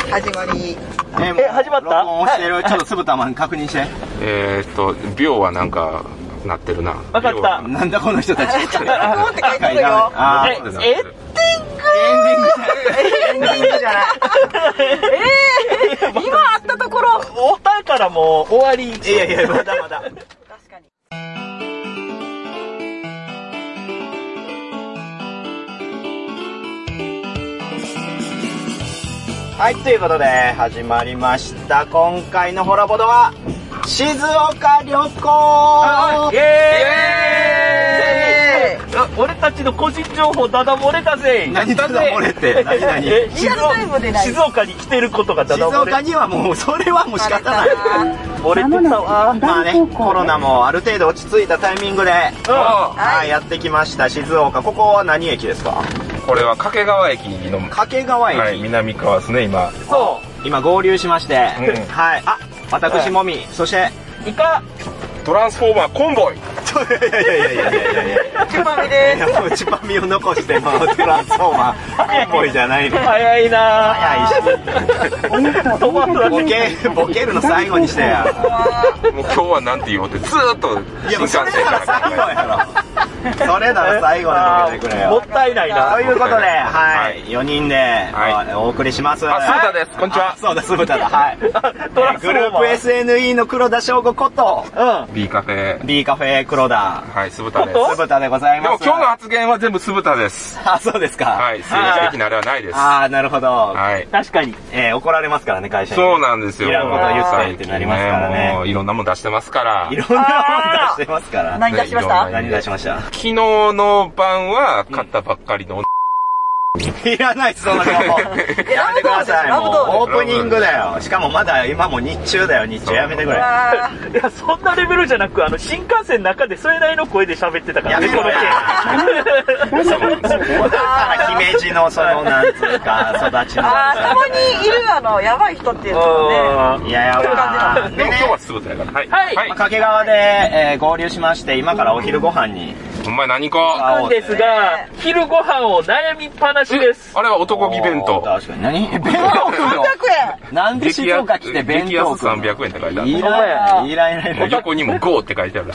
始まり。 始まった？ 録音してる。ちょっとつぶたまに確認して。 秒はなんか、なってるな。 わかった。 なんだこの人たち。 録音って書いてるよ。 エンディングじゃない。 今あったところ。 おたからもう終わり。 いや、まだまだ。 確かに。 はい、ということで、始まりました。今回のホラボドは、静岡旅行イエーイ！俺たちの個人情報ダダ漏れたぜ。 何ダダ漏れって何リアルタイムでない。 静岡に来てることがダダ漏れ。 静岡にはもう、それはもう仕方ない。 漏れてたわ。 まあね、コロナもある程度落ち着いたタイミングで、はい、やってきました、静岡。ここは何駅ですか？ これは掛川駅の。 掛川駅。 はい、南川ですね、今。 そう。 今合流しまして、はい。あ、私もみ、そして、 イカ。 トランスフォーマーコンボイ。 いや。 チュパミです。もうチュパミを残して、もうトランスフォーマーコンボイじゃないの。 早いなぁ。 早いし。ボケるの最後にしてや。 もう今日はなんて言おうってずーっと新幹線からそれなら最後でボケてくれよ。 もったいないな。 ということで、はい、4人でお送りします。 あ、酢豚です。こんにちは。 そうだ、酢豚だ。はい。グループ SNE の黒田翔吾こと、 B カフェ。 B カフェ黒田。 はい、酢豚です。 酢豚でございます。 でも今日の発言は全部酢豚です。 あ、そうですか。 はい、政治的なあれはないです。 ああ、なるほど。 はい。 確かに。 怒られますからね、会社に。 そうなんですよ。 いろんなこと言ってってなりますからね。 もういろんなもん出してますから。 いろんなもん出してますから。 何出しました？ 何出しました？ 昨日の晩は買ったばっかりのいらないその情報。やめてください。もうオープニングだよ。しかもまだ今も日中だよ。日中やめてくれ。 いや、そんなレベルじゃなく、新幹線の中でそれなりの声で喋ってたからね、この件。 だから姫路のそのなんつうか育ちの。 たまにいるやばい人っていうのね。 いやでも今日は酢豚やから。はい。 はい。 掛川で合流しまして、今からお昼ご飯に。 お前何かなんですが、昼ご飯を悩みっぱなしです。 あれは男気弁当。 確かに。何？弁当食うの？なんで静岡来て弁当食うの？ 激安300円って書いてある。 いらない。 横にも GO って書いてある。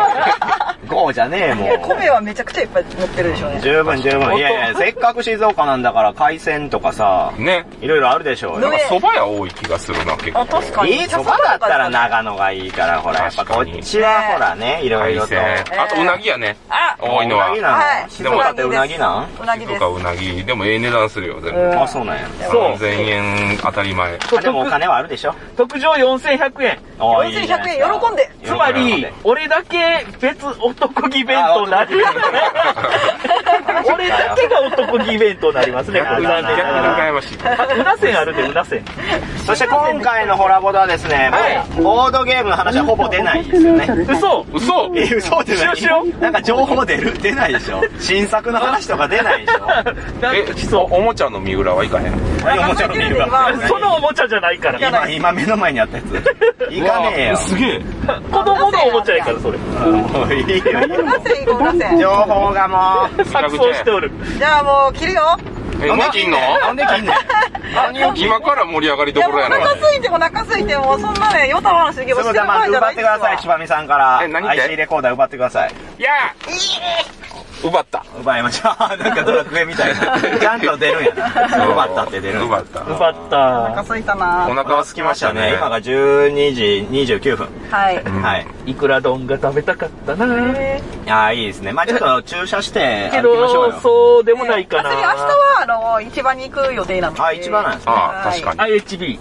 GO じゃねえもん。 米はめちゃくちゃいっぱい乗ってるでしょうね。 十分。いや、せっかく静岡なんだから海鮮とかさ、 ね。 いろいろあるでしょうよ。 なんか蕎麦屋多い気がするな、結構。 あ、確かに。 いい蕎麦だったら長野がいいから、ほら、やっぱこっちはほらね、いろいろと。 あとうなぎやね。多いのは。 うなぎなの？静岡ってうなぎなん？ うなぎです。 静岡うなぎ。でもええ値段するよ、全部。 あ、そうなんや。 3000円当たり前。 でもお金はあるでしょ？ 特上4100円。 4100円喜んで。 つまり、俺だけ別男気弁当になる。俺だけが男気弁当になりますね、これ。 逆に羨ましい。 うなせんあるで、うなせん。 そして今回のホラボドはですね、ボードゲームの話はほぼ出ないですよね。 嘘って何？なんか情報出ないでしょ？新作の話とか出ないでしょ？ おもちゃの三浦はいかへん。 おもちゃの三浦。 そのおもちゃじゃないから。 今目の前にあったやつ。いかねえよ。 すげえ。 子供のおもちゃやから、それ。 もういいよ。情報がもう。 錯綜しておる。 じゃあもう切るよ。 なんで切んの？ なんで切んねん。 今から盛り上がりどころやな。 お腹空いてもそんなね、よた話できばしてる場合じゃないですわ。 奪ってください、ちばみさんから。 何って？ IC レコーダー奪ってください。 いや奪った。 奪いました。なんかドラクエみたいな。ちゃんと出るんやな。奪ったって出る。 奪った。 お腹空いたな。 お腹は空きましたね。 今が12時29分。 はい。 いくら丼が食べたかったな。 あ、いいですね。まあちょっと駐車してけど、そうでもないかな。 明日は市場に行く予定なので。 あ、市場なんですね。 あ、確かに。 IHB。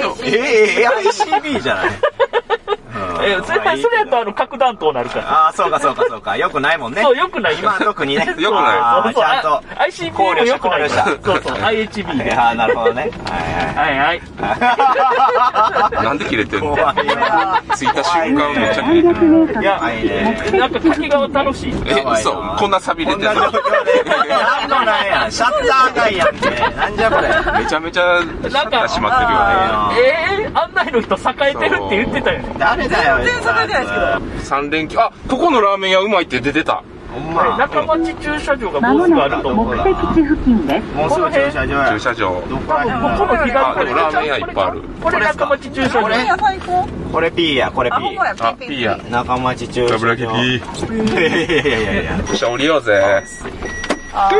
ICB じゃない。 それやと核弾頭になるから。 あ、そうか。よくないもんね。 そう、よくない。 今特にね。 よくない。 ちゃんと。 ICB もよくない。そう、IHB で。 あ、なるほどね。 はい。 なんで切れてんの？着いた瞬間めっちゃ切れてる。 いや、なんか滝川楽しい。 嘘。こんな錆びれてる。 なんもないやん。シャッター街やんけ。なんじゃこれ。 めちゃめちゃシャッター閉まってるよね。 案内の人栄えてるって言ってたよね。 誰だよ。 全然栄えてないですけど。 3連休。あ、ここのラーメン屋うまいって出てた。 ほんま。 中町駐車場がもうすぐあると思う。 目的地付近です。 もうすぐ駐車場や。 駐車場。 どこら辺ここの左あ、でもラーメン屋いっぱいある。 これ中町駐車場。 野菜行こう。 これ P や、これ P。 あ、ほんまや、 あ、ピーや。 中町駐車場。 油焼きピー。 いやいやいやいやいや。 よっしゃ、降りようぜ。 あ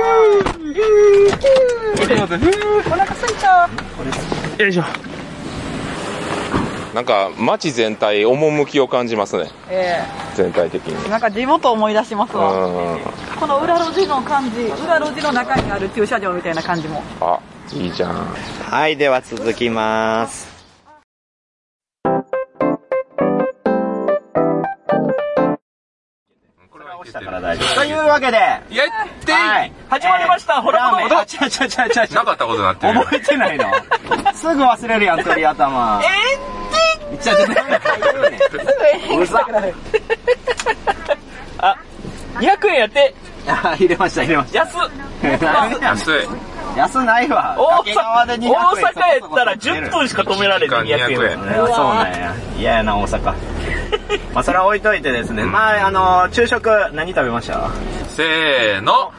降りようぜ。 お腹すいちゃう。 よいしょ。 なんか、街全体、趣を感じますね。全体的に。 なんか地元思い出しますわ。 うん。 この裏路地の感じ、裏路地の中にある駐車場みたいな感じも。 あ、いいじゃん。 はい、では続きます。というわけで、 やってはい、 始まりました。ほらほら。 ちゃちゃちゃちゃちゃ。 なかったことになってる。 覚えてないのすぐ忘れるやん、鳥頭。ちゃちゃうざ。 あ、200円やって。 あ、入れました入れました。 安っ。 安い。 安ないわ。 大掛川で200円。 阪やったら10分しか止められない200円。 そうなんや。嫌やな、大阪。まあ、それは置いといてですね。まあ、昼食、何食べました？ せーの。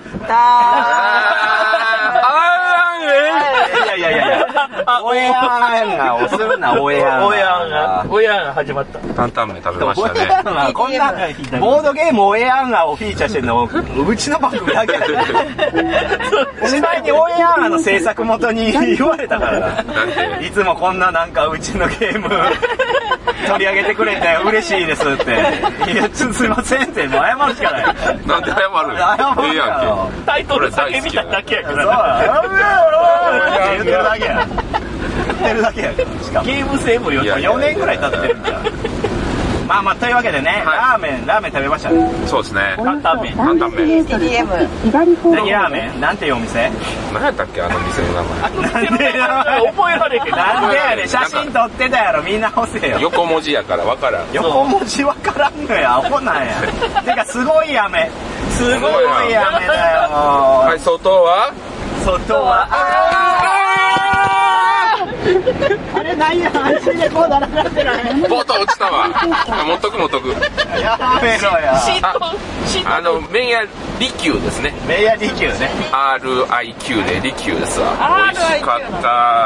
いや。おやんが押すな、おやん。 おやんが始まった。 担々麺食べましたね。 こんな、ボードゲームおやんがをフィーチャーしてるの、うちの番組だけだよ。次第におやんの制作元に言われたから。いつもこんななんかうちのゲーム取り上げてくれて嬉しいですって。いや、すいませんって、もう謝るしかない。 なんで謝る謝るやんけ。 タイトルだけ見ただけやから。 言ってるだけや。言ってるだけや。しかも。 ゲーム性も 4年ぐらい経ってるんじゃん。まあまあ、というわけでね、ラーメン食べましたね。 そうですね。 担々麺。 担々麺。 TDM。 何ラーメンなんていうお店何やったっけ、あの店の名前。 なんで覚えられへん。 なんでやねん、写真撮ってたやろ、みんな押せよ。 横文字やから分からん。 横文字分からんのや、アホなんや。てか、すごい雨。すごい雨だよ。 はい、外は外は、あれなんや、足でこうならなってない。 ボート落ちたわ。持っとく。 やめろや。 麺屋利休ですね。 麺屋利休ね。 RIQ で利休ですわ。美味しかった。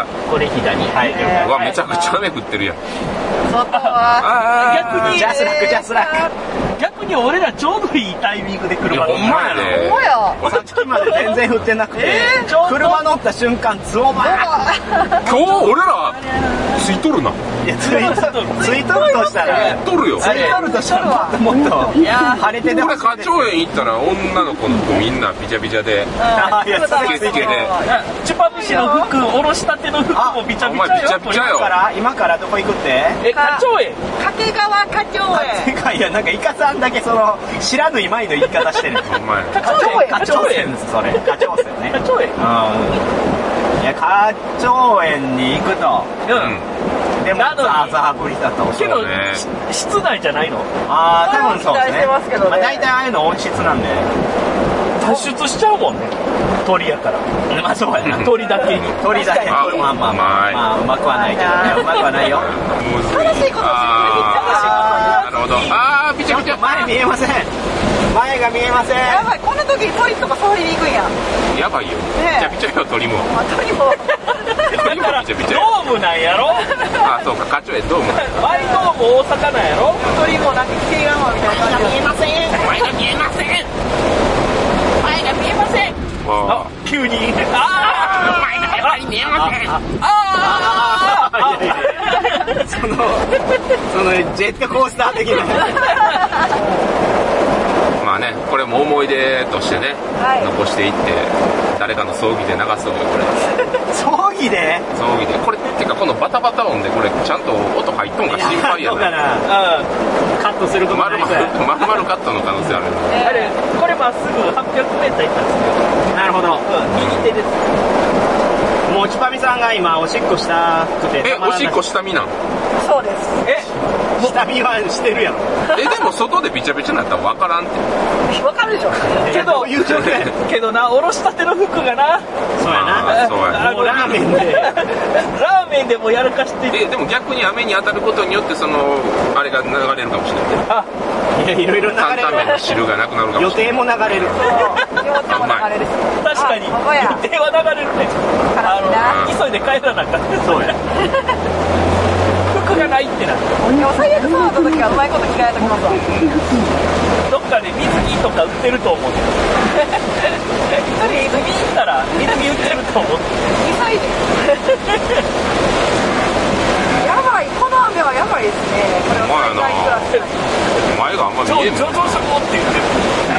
これ左。はい。 うわ、めちゃくちゃ雨降ってるやん。 外は、 逆に、 ジャスラック。 逆に俺らちょうどいいタイミングで車乗った。 ほんまやね。 ほんまや。 さっきまで全然降ってなくて、車乗った瞬間、ズオバー。 今日俺ら、ついとるな。 いや、ついとるとしたら、 ついとるよ。 ついとるとしたらもっと、晴れててこれ花鳥園行ったら女の子の服みんなビチャビチャで、スケスケで。 チュパミシの服、おろしたての服もビチャビチャよ。 ビチャビチャよ。 今からどこ行くって？ 花鳥園。 掛川花鳥園。 いや、なんかイカさんだけその、知らぬいまいの言い方してる。 ほんまや。 花鳥園です、それ。花鳥園ね。 花鳥園。 いや、花鳥園に行くと。でも、ザー降りだったけど、室内じゃないの？ ああ、多分そうですね。 まあ大体ああいうの温室なんで。 脱出しちゃうもんね。鳥やから。 まあそうやな。 鳥だけに。 鳥だけに。まあ、うまくはないけどね。うまくはないよ。 楽しいことなるほど。ビチャビチャ。 前見えません。前が見えません。 やばい、こんな時に鳥とか触りに行くんや。 やばいよ。ビチャビチャよ、鳥も。 鳥も。 だから、ドームなんやろ？ そうか、花鳥園ドーム。 ワイドーム大阪なんやろ？ 鳥もなんか奇麗なのみたいな感じ。 見えません。 前が見えません。前が見えません。 急に。 前がやっぱり見えません。 そのジェットコースター的な。 まあね、これも思い出としてね、残していって誰かの葬儀で流そうよ、これ。 葬儀でこれってか、このバタバタ音でこれちゃんと音入っとんか心配やね。 カットすることない。 丸々カットの可能性ある。 あれ、これまっすぐ800m行ったんですよ。 なるほど。 右手です。 もうチュパミさんが今おしっこしたくて。 おしっこした身なん？ そうです。 下見はしてるやろ。 でも外でビチャビチャになったら分からんって。 わかるでしょ。 けどな、おろしたての服がな。 そうやな。 そうやもうラーメンで。 ラーメンでもやらかしてる。 でも逆に雨に当たることによってあれが流れるかもしれない。 いや、いろいろ流れる。 担々麺の汁がなくなるかもしれない。 予定も流れる。 予定も流れる。 確かに。予定は流れるね。急いで帰らなかった。そうや。服がないってな。 でも最悪そうなった時はうまいこと着替えときますわ。 どっかで水着とか売ってると思う。一人水着行ったら水着売ってると思う。 急いで。やばい、この雨はやばいですね。これは最大クラス。 前があんま見えんの。 上々食おうって言ってる。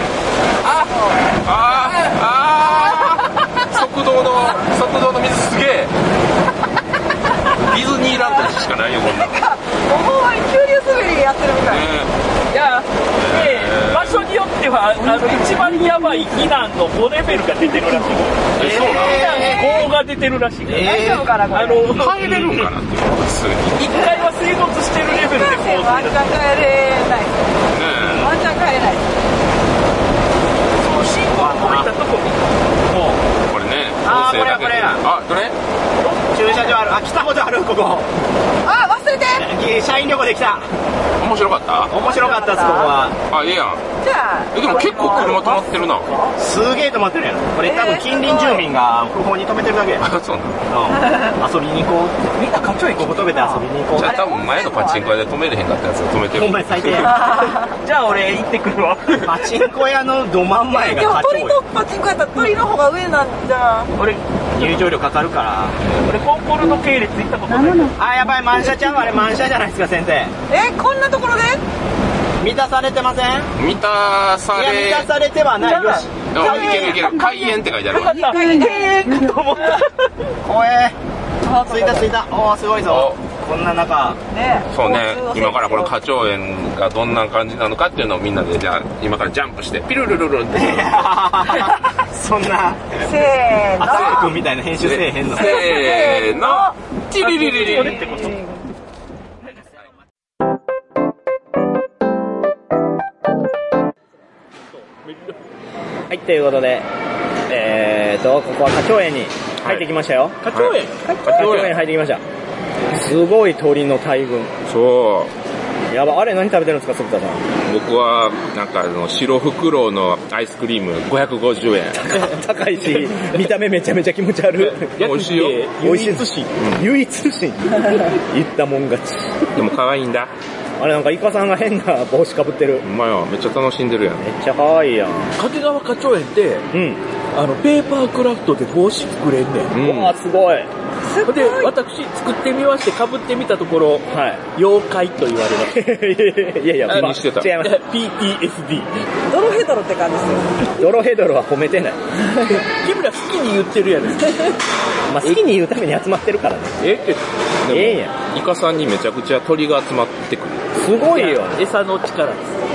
速道の水すげえ。ディズニーランドにしかないよこんな。 ほんまに急流滑りやってるみたい。 いや、場所によっては一番やばい避難の5レベルが出てるらしい。 そうなの。 避難5が出てるらしい。 大丈夫かなこれ。 帰れるんかなって普通に。 1回は水没してるレベルでワンチャン帰れない。ワンチャン帰れない。 その信号を降りたとこにこれね。 これや。 どれ？ 駐車場ある。来たことあるここ。 忘れて。 社員旅行できた。 面白かった？ 面白かったっすここは。 ええやん。 じゃあ。 でも結構車止まってるな。 すげえ止まってるやん。これ多分近隣住民が不法に止めてるだけや。 そうなの。遊びに行こう。みんなかっちょいいここ止めて遊びに行こう。 じゃあ多分前のパチンコ屋で止めれへんかったやつを止めてる。 ほんまに最低や。 じゃあ俺行ってくるわ。 パチンコ屋のど真ん前がかっちょいい。 鳥のパチンコやったら鳥の方が上なんじゃん。 俺入場料かかるから。 俺コンコルド系列行ったことない。 やばい、満車ちゃう。あれ満車じゃないですか先生。 こんなところで満たされてません？ 満たされ。 いや満たされてはない。よし。 いける。開園って書いてあるわ。 と思った。 怖え。着いた。すごいぞ。こんな中。 そうね。今からこれ花鳥園がどんな感じなのかっていうのをみんなでじゃあ今からジャンプしてピルルルルンって。 そんな。 せーの。 あつくんみたいな編集せえへんの。 せーの。チリリリリリってこと。 はい、ということで、ここは花鳥園に入ってきましたよ。 花鳥園入ってきました。すごい鳥の大群。 そう。 やば、あれ何食べてるんですか、ソクタさん。 僕は、なんか白フクロウのアイスクリーム550円。 高いし、見た目めちゃめちゃ気持ち悪い。 美味しいよ。 唯一心。唯一心。言ったもん勝ち。 でも可愛いんだ。 あれなんかイカさんが変な帽子かぶってる。 うまいわ、めっちゃ楽しんでるやん。 めっちゃ可愛いやん。 掛川花鳥園ってペーパークラフトで帽子作れんねん。 うわすごい。 で私作ってみまして被ってみたところ、妖怪と言われます。 いや何してた？ 違います。 PTSD。 ドロヘドロって感じですよ。 ドロヘドロは褒めてない。 君ら好きに言ってるやん。 まあ好きに言うために集まってるからね。 やん。イカさんにめちゃくちゃ鳥が集まってくる。 すごいよ。 餌の力です。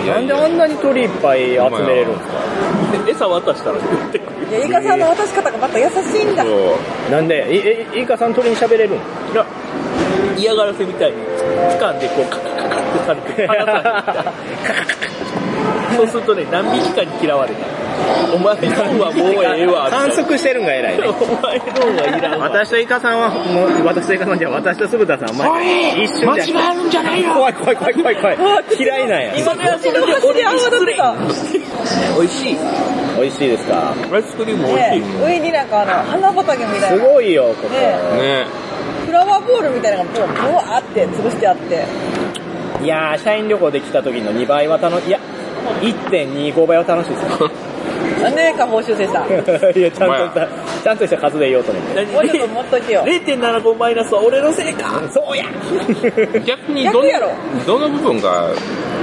なんであんなに鳥いっぱい集めれるんですか？ 餌渡したら言ってくる。 いや、イカさんの渡し方がまた優しいんだ。 なんでイカさん鳥に喋れるん？いや、嫌がらせみたいに掴んでこうカカカカってされて離された。そうするとね、何匹かに嫌われた。お前のはもうええわ。 反則してるんが偉いね。 お前のはいらんわ。 私とイカさんは、もう、私とイカさんじゃ、私と酢豚さんは、一瞬じゃ。 間違えるんじゃないよ。 怖い。嫌いなんや。 今のやつで俺に失礼。美味しい。 美味しいですか？ アイスクリーム美味しい。 上になんか花畑みたいな。 すごいよ、ここ。 ね。 フラワーボールみたいなのがブワーって潰してあって。 いやー、社員旅行で来た時の2倍はいや、1.25 倍は楽しいですよ。 なんでか報酬制したいや、ちゃんとした数で言おうと思って。 もうちょっと持っといてよ。 0.75 マイナスは俺のせいか。 そうや逆に逆やろ。 どの部分が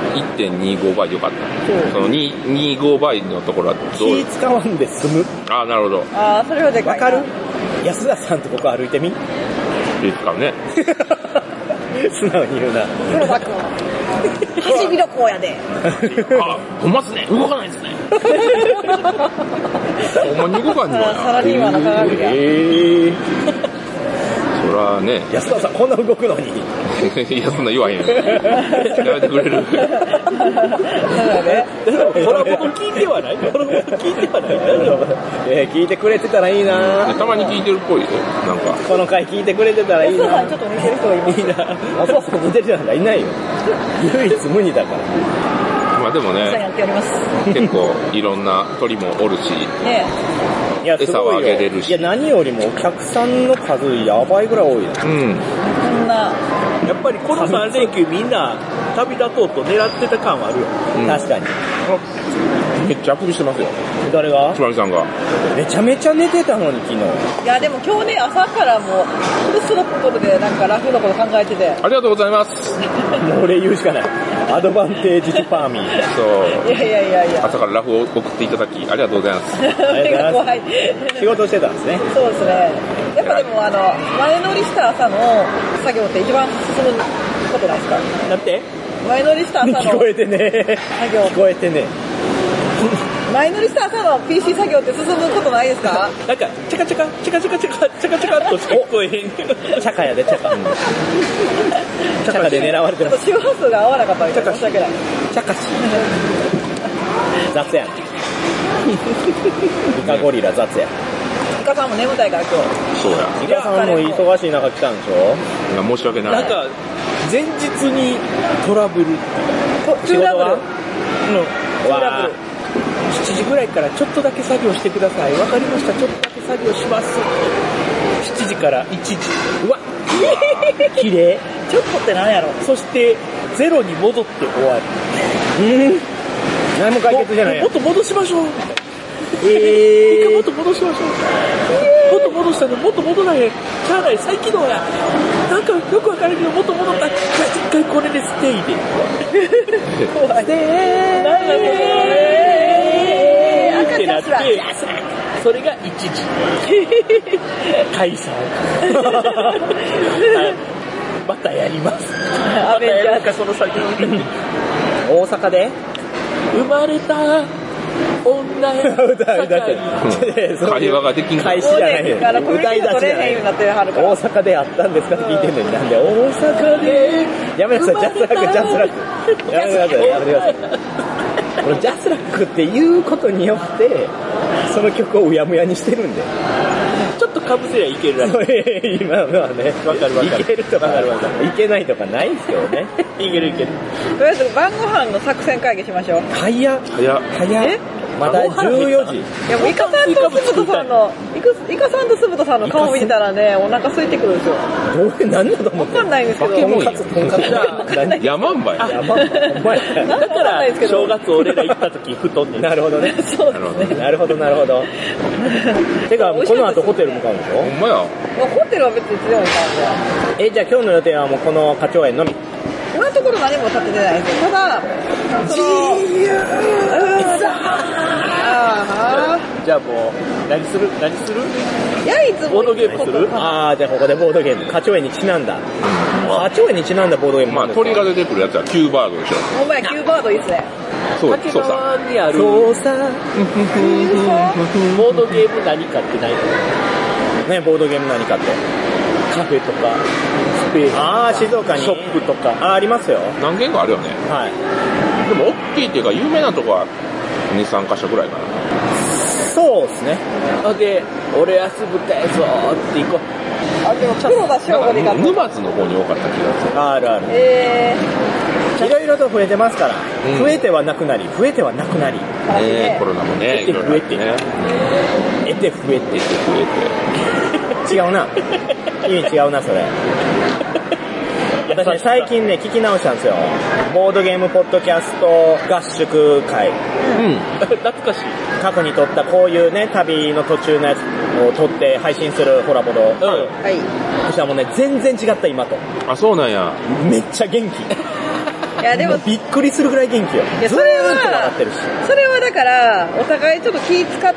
1.25 倍良かったの？その2.25 倍のところはどう？ 気使わんで済む。 ああ、なるほど。 ああ、それはでかい。 わかる？安田さんとここ歩いてみ？ 気使うね。 素直に言うな。 黒田君。ハシビロコウやで。 あ、ほんまっすね。動かないですね。 ほんまに動かんのや。 サラリーマンの鏡が。 そらね。 安田さんこんな動くのに。 いや、そんな言わへん。やめてくれる。 コラボと聞いてはないコラボと聞いてはない聞いてくれてたらいいな。 たまに聞いてるっぽいよ。なんか。 この回聞いてくれてたらいいな。 お父さんちょっと似てる人います。 いいな。お父さん似てる人なんかいないよ。唯一無二だから。 まあでもね、 やっております。 結構いろんな鳥もおるし、 ねいや、す餌ごいよ。 はあげれるし。 いや、何よりもお客さんの数やばいぐらい多いよ。 うん。 こんな、 やっぱりこの3連休みんな旅立とうと狙ってた感はあるよ。 確かに。 めっちゃあくびしてますよ。 誰がつばみさんが。 めちゃめちゃ寝てたのに昨日。 いやでも今日ね、朝からもう、フルスロットルでなんかラフのこと考えてて。 ありがとうございます。 もう俺言うしかない。アドバンテージファーミー。 そう。 いやいやいやいや。 朝からラフを送っていただき、ありがとうございます。 目が怖い。 仕事してたんですね。 そうですね。やっぱでも前乗りした朝の作業って一番進むことないですか？ だって前乗りした朝の聞こえてね。 作業。 聞こえてね。 前乗りした朝の PC 作業って進むことないですか？ なんかチャカチャカチャカチャカチャカチャカチャカっとしか聞こえへん。 チャカやで、チャカ。チャカで狙われてます。 ちょっと周波数が合わなかったみたいな。申し訳ない。 チャカシ。雑やん。イカゴリラ雑や。 イカさんも眠たいから今日。 そうや。 イカさんも忙しい中来たんでしょ？ いや、申し訳ない。 なんか前日にトラブル。 トラブル。 わあ。 7時ぐらいからちょっとだけ作業してください。わかりました。ちょっとだけ作業します。7時から1時。うわ、綺麗。 ちょっとって何やろ？ そしてゼロに戻って終わり。 何も解決じゃないよ。 もっと戻しましょう。もっと戻しましょう。もっと戻したね。もっと戻らへん。しゃあない。再起動や。なんかよくわからんけどもっと戻った。じゃあ一回これでステイで。 怖い。 ってなって、それが1時。解散。またやります。またやるか、その先の大阪で生まれた女へ会話ができん開始じゃないよ。歌い出しじゃない。大阪であったんですかって聞いてんのに、なんで大阪でやめなさい、ジャスラック。やめてください。このジャスラックっていうことによってその曲をうやむやにしてるんで、 ちょっとかぶせりゃいけるらしい。 今はね、 わかる。 いけるとかいけないとかないですけどね。 いける。 とりあえず晩ご飯の作戦会議しましょう。 早っ。まだ14時。 いやもうイカさんと鈴人さんの顔見てたらね、お腹空いてくるんですよ。 何だと思ってわかんないんですけど。 とんかつヤマンバや。 お前だから正月俺ら行った時太んねん。 なるほどね。 そうですね。 なるほど。てかこの後ホテル向かうんでしょ？ ほんまや。 ホテルは別にいつでもいいからじゃあ今日の予定はもうこの花鳥園のみ。 今のところ何も立ててないですよ。ただ、 じゃあもう、何するいや、いつもボードゲームする？ じゃあここでボードゲーム。花鳥園にちなんだ。花鳥園にちなんだボードゲーム。 まあ、鳥が出てくるやつはキューバードでしょ。 ほんまや、キューバードいいっすね。 そう滝さ。 川にあるそうさ。 ボードゲーム何かってないの？ ね、ボードゲーム何かって。 カフェとか、スペース。 静岡に。 ショップとか。 ありますよ。 何軒かあるよね。 はい。 でも、大きいっていうか、有名なとこは2、3カ所ぐらいかな。 そうですね。 で、俺遊ぶかやぞーって行こう。 でも黒田翔吾で沼津の方に多かった気がする。 ある。いろいろと増えてますから。増えてはなくなり。コロナもね、いろいろあってね。 得て増えて。 違うな。意味違うな、それ。私ね、最近ね、聞き直したんですよ。ボードゲームポッドキャスト合宿会。 懐かしい。 過去に撮ったこういうね、旅の途中のやつを撮って配信するホラボド。 はい。 そしたらもうね、全然違った今と。 あ、そうなんや。 めっちゃ元気。 いや、でも、 びっくりするぐらい元気よ。ずーっと笑ってるし。 それはだから、お互いちょっと気使って、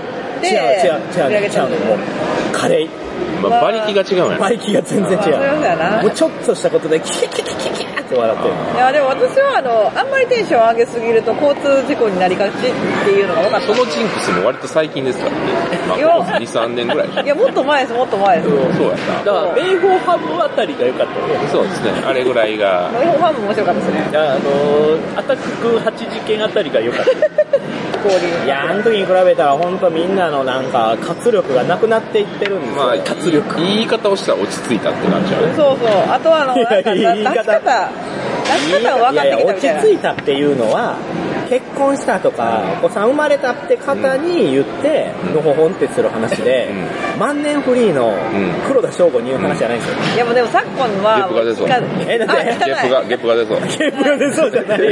違うの。もう、カレー。 馬力が違うやん。 馬力が全然違う。 そうやな。 もうちょっとしたことでキャキャキャキャキャってって笑ってるの。 いや、でも私はあんまりテンション上げすぎると交通事故になりがちっていうのが分かった。 そのジンクスも割と最近ですからね。まあ、ここ2、3年ぐらい。 いや、もっと前です、もっと前です。 そうやった。 だから、ベイホーハムあたりが良かったね。 そうですね。あれぐらいが。 ベイホーハム面白かったですね。 アタック8事件あたりが良かった。 いや、あの時に比べたら本当みんなのなんか活力がなくなっていってるんですよ。 まあ、活力。言い方をしたら落ち着いたって感じある。 そうそう。あとは出し方分かってきたみたいな。 落ち着いたっていうのは、結婚したとか、お子さん生まれたって方に言って、のほほんってする話で、万年フリーの黒田翔吾に言う話じゃないんですよ。 いやもうでも昨今は、 ゲップが出そう。 なんでゲップが出そう。 ゲップが出そうじゃない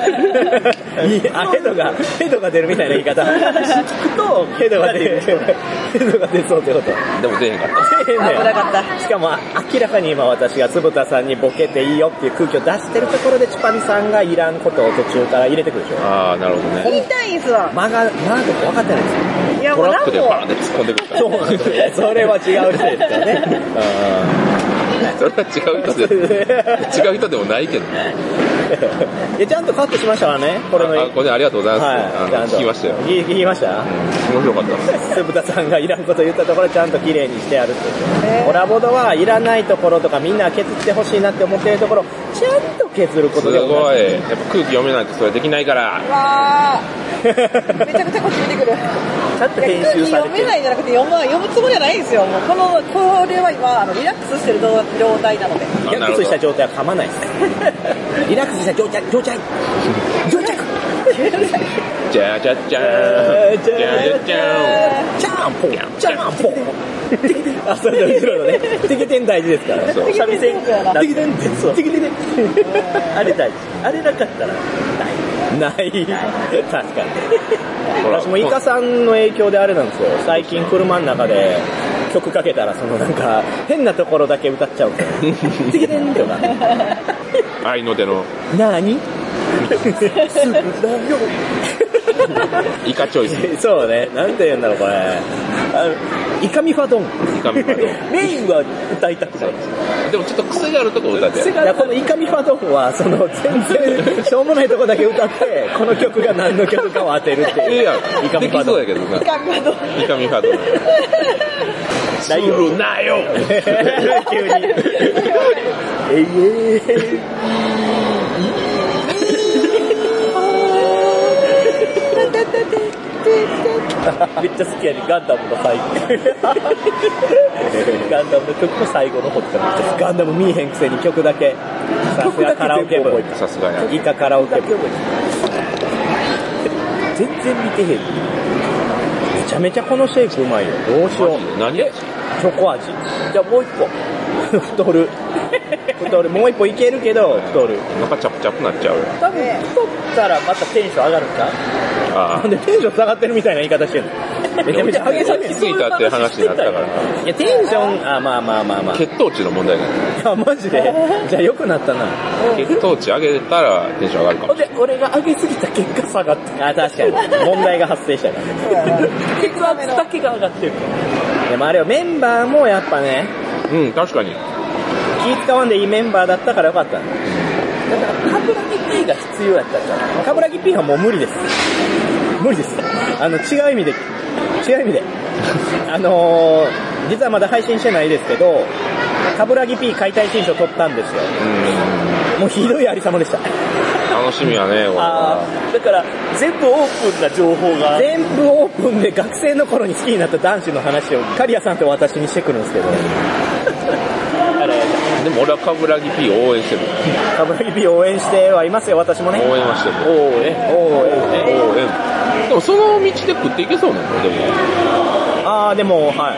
ヘドが出るみたいな言い方。聞くと、ヘドが出そうってこと。 でも出へんかった。 危なかった。 しかも明らかに今私が坪田さんにボケていいよっていう空気を出してるところでチュパミさんがいらんことを途中から入れてくるでしょ。 ああ、なるほどね。 言いたいんすわ。 間が分かってないんですよ。 いやもうトラックでバーンって突っ込んでくるから。 そうなんですよ。それは違う人ですよね。 それは違う人でもないけどね。 ちゃんとカットしましたからね。これありがとうございます。 はい、 聞きましたよ。 聞きました？ 面白かったです。 鈴田さんがいらんこと言ったところちゃんと綺麗にしてあるっていう。コラボドはいらないところとかみんな削ってほしいなって思ってるところちゃんと削ることで。 すごい。やっぱ空気読めないとそれできないから。 わー。めちゃくちゃこっち見てくる。 ちゃんと編集されてる。 読めないじゃなくて読むつもりじゃないんですよ。もうこれは今リラックスしてる状態なので。 リラックスした状態は噛まないです。リラックスした状態。 じゃじゃじゃーん。じゃじゃじゃーん。 ジャンポン。あ、それで後ろのね。テケテン大事ですから。 そう。 三味線。テケテンってそう。テケテン。あれ大事。あれなかったらない。確かに。私もイカさんの影響であれなんですよ。最近車の中で曲かけたらそのなんか変なところだけ歌っちゃうんですよ。テケテンとか。 愛の手の。 なに？すぐだよ。 イカチョイス。 そうね。なんて言うんだろうこれ。イカミファドン。メインは歌いたくない。 でもちょっと癖があるとこ歌って。 いやこのイカミファドンはその全然しょうもないとこだけ歌ってこの曲が何の曲かを当てるっていう。 いやイカミファドン。 できそうやけどな。イカミファドン。するなよ。 急に。めっちゃ好きやね。ガンダムの最後。ガンダムの曲の最後の方とかめっちゃ好き。ガンダム見えへんくせに曲だけ。さすがカラオケ部。 さすがや。 イカカラオケ部。全然見てへん。めちゃめちゃこのシェイクうまいよ。どうしよう。 何味？ チョコ味。じゃあもう一個。太る。もう一個いけるけど太る。 なんかチャプチャプなっちゃう。 多分太ったらまたテンション上がるか。なんでテンション下がってるみたいな言い方してるの。めちゃめちゃ上げ下げすぎたって話になったから。 いやテンションまあ血糖値の問題なんだ。 いやマジで。じゃあ良くなったな。 血糖値上げたらテンション上がるかもしれない。 で俺が上げすぎた結果下がって。確かに問題が発生したからね。 血圧だけが上がってるから。 でもあれはメンバーもやっぱね。 確かに。 気使わんでいいメンバーだったからよかった。だからカブラギ P が必要やったから。カブラギ P はもう無理です。違う意味で。実はまだ配信してないですけど、カブラギ P 解体新書取ったんですよ。もうひどいありさまでした。 楽しみやね。 だから全部オープンな情報が。 全部オープンで学生の頃に好きになった男子の話をカリアさんと私にしてくるんですけど。 でも俺はカブラギ P を応援してる。 カブラギ P を応援してはいますよ、私もね。 応援はしてる。応援。でもその道で食っていけそうなのでも。 でも、はい。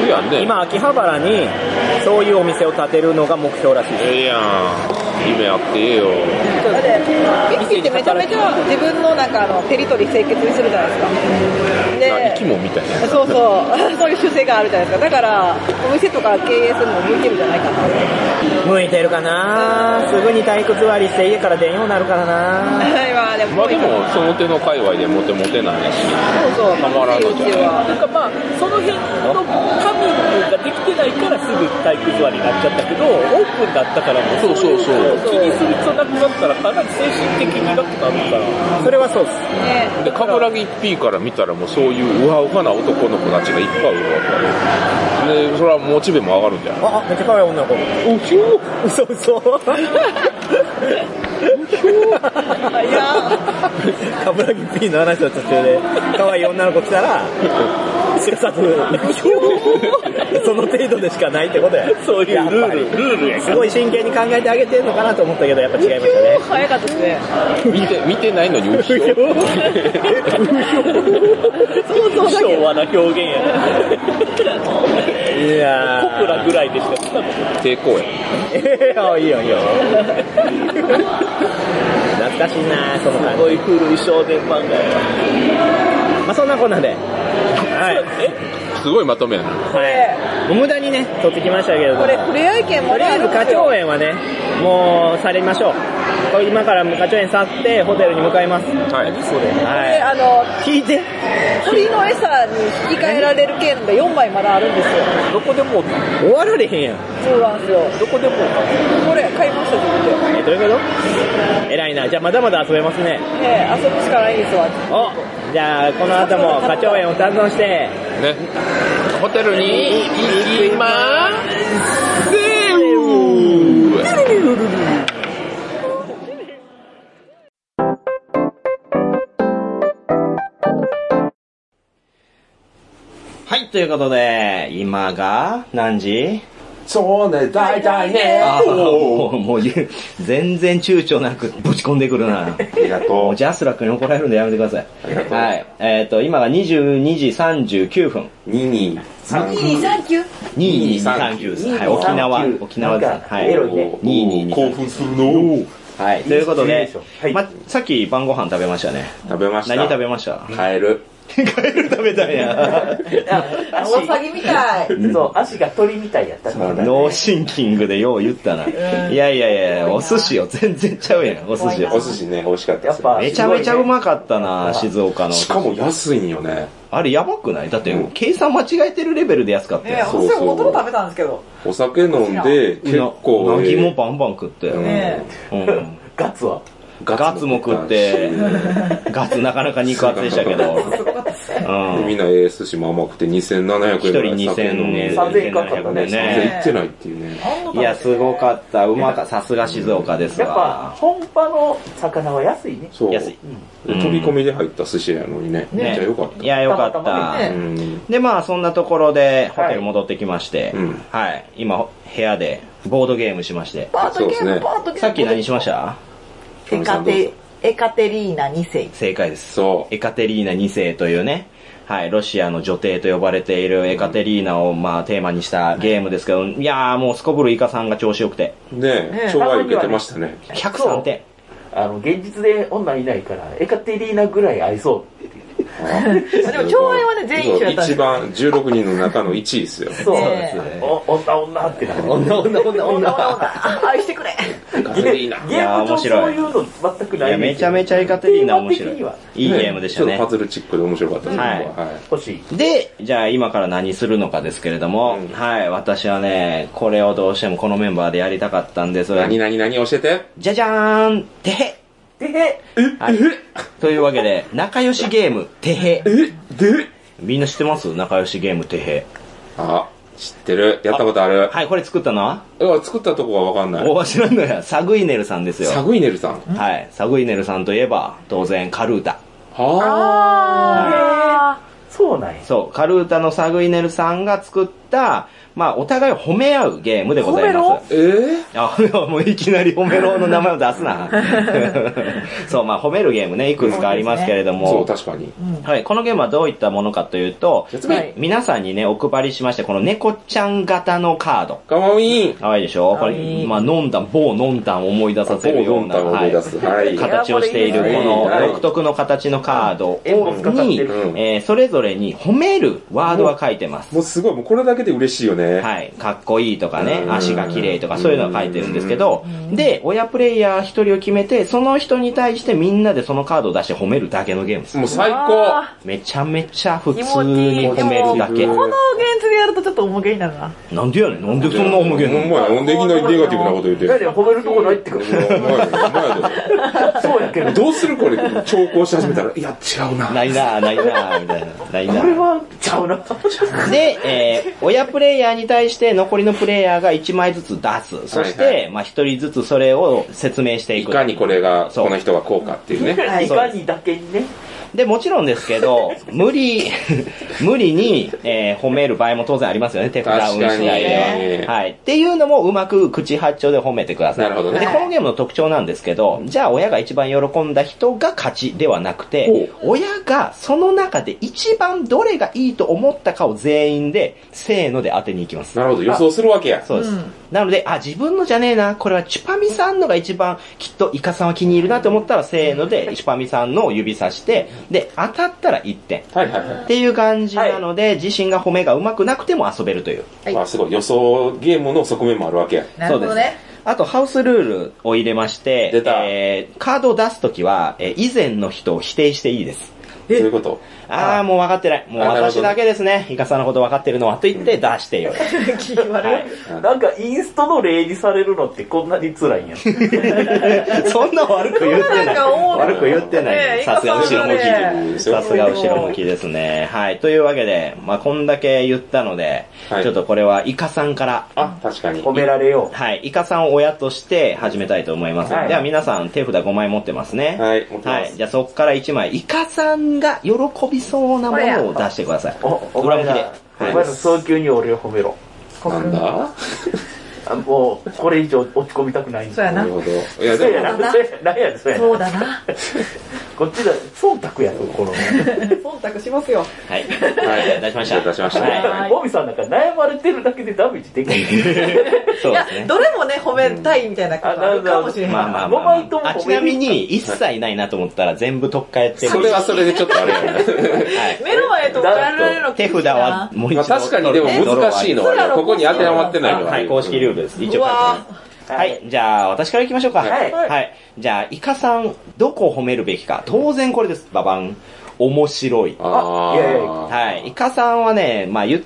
いやね。 今、秋葉原にそういうお店を建てるのが目標らしいです。 やん。夢あってええよ。 だってミキってめちゃめちゃ自分の中のテリトリー清潔にするじゃないですか。で、 生き物みたいな。 そういう習性があるじゃないですか。だからお店とか経営するのも向いてるんじゃないかな。 向いてるかな。すぐに体育座りして家から出んようになるからな。 でもその手の界隈でモテないし。 そうたまらんのじゃない。 なんかその辺のカミングができてないからすぐ体育座りになっちゃったけど、オープンだったからもうそうそうそう。 気にする必要なくなったらかなり精神的に楽になるから、それはそうですね。 で、カブラギ P から見たらもうそういうウハウハな男の子たちがいっぱいいるわけで、それはモチベも上がるんじゃない？ あ、めっちゃ可愛い女の子。おひょー嘘嘘いやカブラギ P の話の途中で可愛い女の子来たらすかさずその程度でしかないってことや。そういうルールや。すごい真剣に考えてあげてるのかなと思ったけど、やっぱ違いましたね。 早かったですね。 見てないのにうひょそう昭和な表現や。いやー、コプラぐらいでしか抵抗や。 いいよいいよ。懐かしいなそのすごい古い少年漫画や。まあそんなこんなで、はい。 すごいまとめやな。 はい。無駄にね撮ってきましたけど、 これ触れ合い券もとりあえず花鳥園はねもう去りましょう。これ今から花鳥園去ってホテルに向かいます。 はい。 何それ。はでい。聞いて。 鳥の餌に引き換えられる券が4枚まだあるんですよ。 どこでも終わられへんやん。 そうなんですよ。 どこでもこれ買いました自分で。 どういうこと？偉いな。じゃあまだまだ遊べますね。 遊ぶしかないんですわ。 お、じゃあこの後も花鳥園を堪能してね、ホテルに行きまーす。 はい、ということで、今が何時？ そうね、大体ね。 もう全然躊躇なくぶち込んでくるな。 ありがとう。 もうジャスラックに怒られるんでやめてください。 ありがとう。 はい。今が22時39分。 2239 2239です。はい、沖縄です。はい。2239。 興奮するの。 はい、ということで、さっき晩ご飯食べましたね。 食べました。 何食べました？ カエル。 カエル食べたんや。 おさぎみたい。 そう、足が鳥みたいやったから。 ノーシンキングでよう言ったな。いやいやいや、お寿司よ。全然ちゃうやん、お寿司。 お寿司ね、美味しかったです。 めちゃめちゃうまかったな、静岡の。 しかも安いんよね。 あれやばくない？だって計算間違えてるレベルで安かったよ。 私も元々食べたんですけど。 お酒飲んで結構うなぎもバンバン食ったよ。 ガツはガツも食って、ガツなかなか肉厚でしたけど、 みんな寿司も甘くて2700円。 一人2000円。 3000円かかったね。 3000円いってないっていうね。 いや、すごかった。うまかった。さすが静岡ですわ。 やっぱ、本場の魚は安いね。 そう。 安い。 飛び込みで入った寿司やのにね。めっちゃ良かった。 いや、良かった。で、まあ、そんなところで、ホテル戻ってきまして、はい。今、部屋で、ボードゲームしまして。 そうですね。 さっき何しました？ エカテリーナ2世。 正解です。 そう。 エカテリーナ2世というね、はい、ロシアの女帝と呼ばれているエカテリーナをまあテーマにしたゲームですけど、いやーもうすこぶるイカさんが調子よくて。 ね超愛受けてましたね。 103点。 現実で女いないから、エカテリーナぐらい合いそうって。 でも超愛はね、全員一緒だったんですよ。 一番16人の中の1位ですよ。 そうですね。女ってなる。女。愛してくれ。 エカテリーナ。 ゲーム上そういうの全くない。 いや、めちゃめちゃエカテリーナ面白い。いいゲームでしたね。 ちょっとパズルチックで面白かったです。 はい。 欲しい。 で、じゃあ今から何するのかですけれども、はい、私はね、これをどうしてもこのメンバーでやりたかったんです。 何教えて。 じゃじゃーんてへはい。というわけで、仲良しゲーム、てへ。みんな知ってます？仲良しゲーム、てへ。 あ、知ってる。やったことある。 はい、これ作ったのは？ 作ったとこはわかんない。 知らんのや。サグイネルさんですよ。 サグイネルさん。 はい。サグイネルさんといえば、当然、カルータ。 そうなんや。 そう、カルータのサグイネルさんが作った、まあ、お互いを褒め合うゲームでございます。もういきなり褒めろの名前を出すな。そう、まあ、褒めるゲームね、いくつかありますけれども。 そう、確かに。 はい、このゲームはどういったものかというと、皆さんにね、お配りしまして、この猫ちゃん型のカード。 かわいい。 かわいいでしょ？これ、まあ、某ノンタンを思い出させるような、形をしている、この独特の形のカードに、それぞれに褒めるワードが書いてます。 もうすごい、もうこれだけけで嬉しいよね。 はい。かっこいいとかね、足が綺麗とかそういうのが書いてるんですけど、で、親プレイヤー一人を決めて、その人に対してみんなでそのカードを出して褒めるだけのゲームです。 もう最高。 めちゃめちゃ普通に褒めるだけ。 このゲンツでやるとちょっと重げになるな。 なんでやねん。なんでそんな重げなの？ お前、なんでいきなりネガティブなこと言って。 褒めるとこないってくる。そうやけど。 どうするこれ、調校し始めたら、いや、違うな。 ないな、みたいな。ないな。 これは、ちゃうな。 で、親プレイヤーに対して残りのプレイヤーが1枚ずつ出す。そして、まあ1人ずつそれを説明していく。 いかにこれが、この人がこうかっていうね。 いかにだけにね。 で、もちろんですけど、無理に、褒める場合も当然ありますよね、手札運次第では。はい。っていうのもうまく口八丁で褒めてください。 なるほどね。 で、このゲームの特徴なんですけど、じゃあ親が一番喜んだ人が勝ちではなくて、親がその中で一番どれがいいと思ったかを全員で、せーので当てに行きます。 なるほど、予想するわけや。 そうです。なので、自分のじゃねえな、これはチュパミさんのが一番きっとイカさんは気に入るなと思ったら、せーので、チュパミさんのを指さして、で、当たったら1点。っていう感じなので、自身が褒めが上手くなくても遊べるという。 すごい。予想ゲームの側面もあるわけや。 なるほどね。 あと、ハウスルールを入れまして、カードを出すときは、以前の人を否定していいです。 どういうこと？ もう分かってない。もう私だけですね。イカさんのこと分かってるのはと言って出してよ。 なんかインストの例にされるのってこんなに辛いんや。 そんな悪く言ってない。悪く言ってない。さすが後ろ向き。さすが後ろ向きですね。はい。というわけで、まあこんだけ言ったので、ちょっとこれはイカさんから。 確かに。 褒められよう。 はい。イカさんを親として始めたいと思います。では皆さん手札5枚持ってますね。 はい。持ってます。 じゃあそこから1枚、イカさんが喜びそうなものを出してください。 お前の早急に俺を褒めろ。 なんだ？ もう、これ以上落ち込みたくないんだ。 そうやな。 なるほど。いや、でも、 そうだな。 こっちだ、忖度やと、この。 忖度しますよ。 はい。出しました。 出しました。 ボビさんなんか悩まれてるだけでダメージでかい。 いや、どれもね、褒めたいみたいなことあるかもしれない。 まあ。ちなみに、一切ないなと思ったら全部取っ替えて。 それはそれでちょっとあれやな。 目の前とかやられるの手札はもう一度。 確かにでも難しいのは、ここに当てはまってないのは。 はい、公式ルールです。一応はい。じゃあ、私から行きましょうか。はい。じゃあ、イカさん、どこを褒めるべきか。当然これです。ババン。面白い。はい。イカさんはね、まあ言って、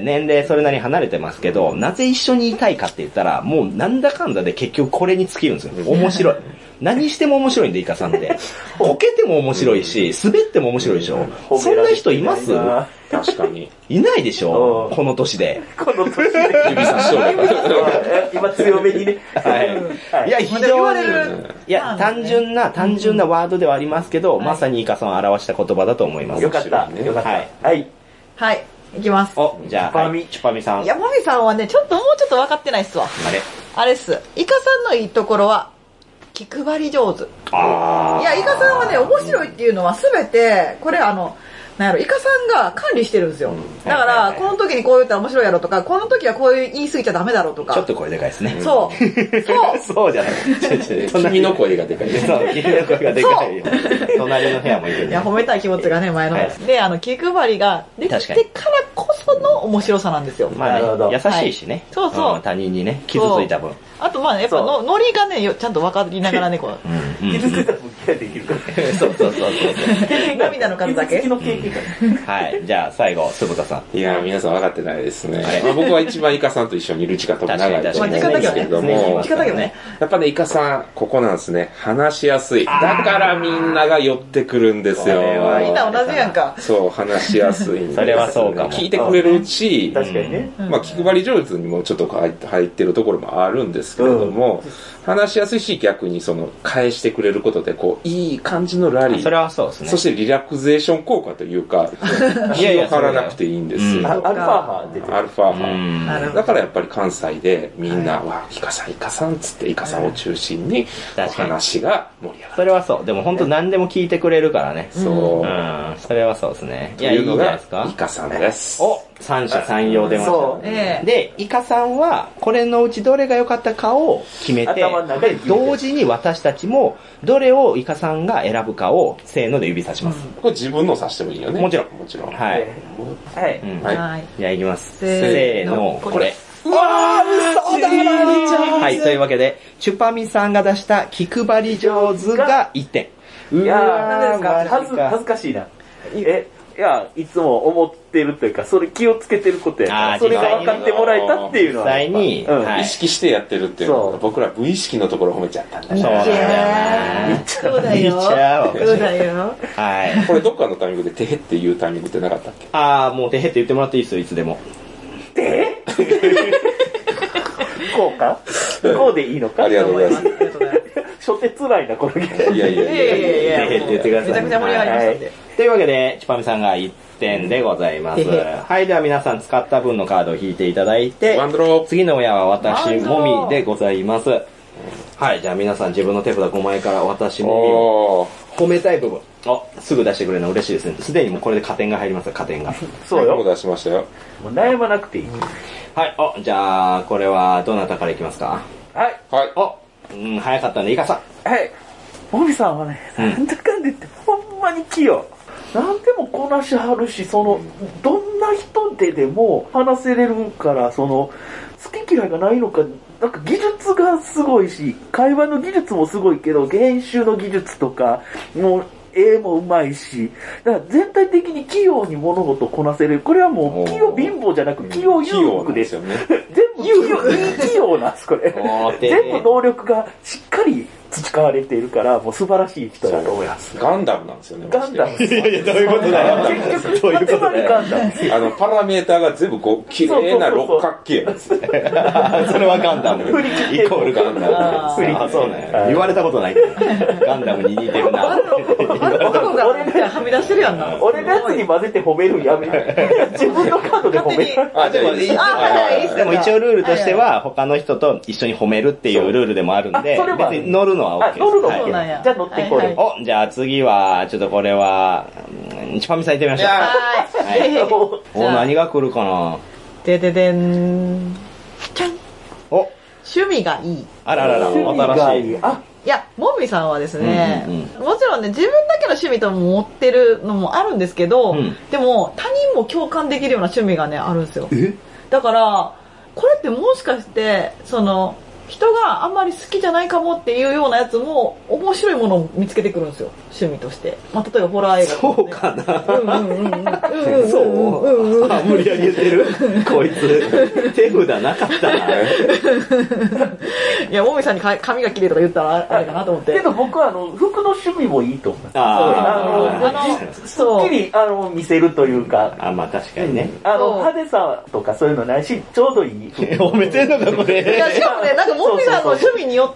年齢それなりに離れてますけど、なぜ一緒にいたいかって言ったら、もうなんだかんだで結局これに尽きるんですよ。面白い。何しても面白いんで、イカさんって。こけても面白いし、滑っても面白いでしょ。そんな人います？ 確かに。 いないでしょ、この年で。 この年で。 指差しとる。 今強めにね。 はい。いや、非常に、いや、単純なワードではありますけど、まさにイカさんを表した言葉だと思います。 よかった。よかった。はい。 はい。いきます。 じゃあ、チュパミさん。 いや、マミさんはね、もうちょっと分かってないっすわ。あれっす。イカさんのいいところは、気配り上手。いや、イカさんはね、面白いっていうのはすべて、これなんやろ、イカさんが管理してるんですよ。だから、この時にこう言ったら面白いやろとか、この時はこう言い過ぎちゃダメだろうとか。 ちょっと声でかいですね。 そう。 そうじゃない。 君の声がでかいね。 そう、君の声がでかいよ。隣の部屋もいる。 いや、褒めたい気持ちがね、前の方です。で、気配りができてからこその面白さなんですよ。 まあね、優しいしね。 そうそう。 他人にね、傷ついた分。 あとまあやっぱノリがね、ちゃんと分かりながらね、こう。 傷ついた分ケアできるから。 そう。 涙の数だけ。 はい。じゃあ最後、鈴田さん。 いや、皆さん分かってないですね。僕は一番イカさんと一緒にいる時間とも長いと思うんですけれども、やっぱね、イカさん、ここなんですね。話しやすい。だからみんなが寄ってくるんですよ。 みんな同じやんか。 そう、話しやすいんです。 それはそうかも。 聞いてくれるし、 確かにね。 まあ、気配り上手にもちょっと入ってるところもあるんですけれども、話しやすいし、逆に返してくれることで、いい感じのラリー。 それはそうですね。 そしてリラクゼーション効果というか、気を張らなくていいんですよ。 アルファ波出てる。 アルファ波。だからやっぱり関西でみんな、イカさんつってイカさんを中心に話が盛り上がる。 それはそう。でも本当何でも聞いてくれるからね。 そう。 それはそうですね。 いや、いいのがイカさんです。 三者三様出ました。 そうで、イカさんは、これのうちどれが良かったかを決めて、 頭の中で決めて同時に私たちも、どれをイカさんが選ぶかを、せーので指さします。 これ自分の指してもいいよね。 もちろん。 もちろん。 はい。 はい。 うんはい。 じゃあ行きます。 せーのせーの、これ。うわー、嘘だーはい、というわけで、チュパミさんが出した気配り上手が1点。 いやー、 なんですか恥ずかしいな。いや、いつも思ってるというか、それ気をつけてることやから、それが分かってもらえたっていうのは。 実際に、 意識してやってるっていうのは、僕ら無意識のところ褒めちゃったんだ。 そうだね。 そうだよ。そうだよ。 はい。 これどっかのタイミングでてへっていうタイミングってなかったっけ？ もうてへって言ってもらっていいですよ、いつでも。 でこうかこうでいいのかありがとうございます。 初手辛いな、このゲーム。 いやいやいや。 てへって言ってください。 めちゃくちゃ盛り上がりましたんで。 というわけで、チュパミさんが1点でございます。はい、では皆さん使った分のカードを引いていただいてワンドロー。 次の親は私もみでございます。はい、じゃあ皆さん自分の手札5枚から私もみを褒めたい部分。すぐ出してくれるの嬉しいですね。すでにもうこれで加点が入りますよ、加点が。 そうよ。 もう出しましたよ。 もう悩まなくていい。 はい、じゃあ、これはどなたからいきますか？ はい。 はい。 早かったね、イカさん。 はい。もみさんはね、なんだかんだ言ってほんまに器用。なんでもこなしはるし、どんな人でも話せれるから、好き嫌いがないのか、なんか技術がすごいし、会話の技術もすごいけど、編集の技術とか、もう、絵もうまいし、だから全体的に器用に物事をこなせる。これはもう、器用貧乏じゃなく、器用裕福ですよね。全部器用なんです、これ。全部能力がしっかり培われているから、もう素晴らしい人だと思います。 ガンダムなんですよね。 ガンダム。 いやいや、どういうことだよ。 結局、つまりガンダム。 パラメーターが全部こう、綺麗な六角形なんですね。 それはガンダム。イコールガンダム。そうね。言われたことないけど。ガンダムに似てるな。 男がはみ出してるやんな。 俺のやつに混ぜて褒めるんやめ自分のカードで褒める。 でも一応ルールとしては、他の人と一緒に褒めるっていうルールでもあるんで、別に乗るのは OK です。 乗るのは OK。じゃあ乗ってこれ。 じゃあ次は、ちょっとこれは、チュパミさん行ってみましょう。何が来るかな。 でででん。ちゃん。趣味がいい。 あららら、新しい。 いや、もみさんはですね、もちろんね、自分だけの趣味とも持ってるのもあるんですけど、でも他人も共感できるような趣味がね、あるんですよ。だから、これってもしかして、人があんまり好きじゃないかもっていうようなやつも面白いものを見つけてくるんですよ、趣味として。例えばホラー映画。 そうかな。そう無理やり言ってるこいつ。手札なかったな。 いや、もみさんに髪が綺麗とか言ったらあれかなと思って。 けど僕は服の趣味もいいと思います。すっきり見せるというか。 まあ確かにね。 派手さとかそういうのないし、ちょうどいい。 褒めてんのかこれ。 いや、しかもね、なんかもみさんの趣味によって、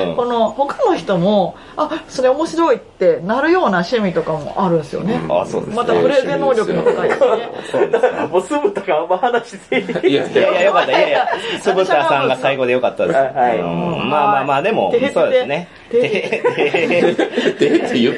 他の人も、それ面白いってなるような趣味とかもあるんですよね。 そうですね。 またプレゼン能力の高いですね。 もう酢豚があんま話していや、よかった。いや、酢豚さんが最後でよかったです。まあ、でも、そうですね。てって言って。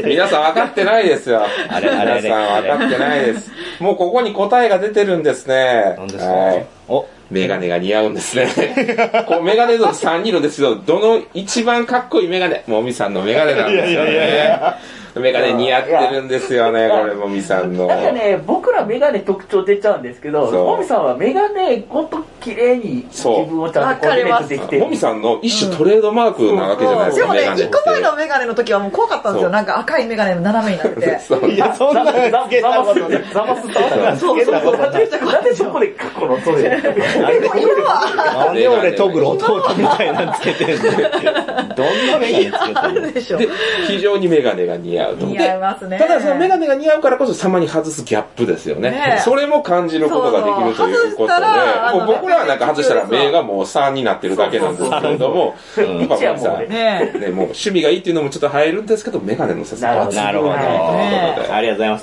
皆さん分かってないですよ。皆さん分かってないです。もうここに答えが出てるんですね。 何ですか？ メガネが似合うんですね。メガネ族3人いるんですけど、どの一番かっこいいメガネ、もみさんのメガネなんですよね。メガネ似合ってるんですよね、これ、もみさんの。 なんかね、僕らメガネ特徴出ちゃうんですけど、もみさんはメガネごと綺麗に自分をちゃんとコーディネートできてる。 もみさんの一種トレードマークなわけじゃないですか、 でもね、1個前のメガネの時はもう怖かったんですよ。なんか赤いメガネの斜めになって。 いや、そんなつけたことない。 ザマスターつけたことない。 なんでそこで過去のそれ。 なんで俺トグロ弟みたいなのつけてんの？どんなメガネつけてんの？ でしょ。 で、非常にメガネが似合うと。 似合いますね。 ただそのメガネが似合うからこそたまに外すギャップですよね。それも感じることができるということで、もう僕らはなんか外したら目がもう3になってるだけなんですけれども、やっぱさ、もう趣味がいいっていうのもちょっと入るんですけど、メガネの説明。 なるほど。ありがとうございます。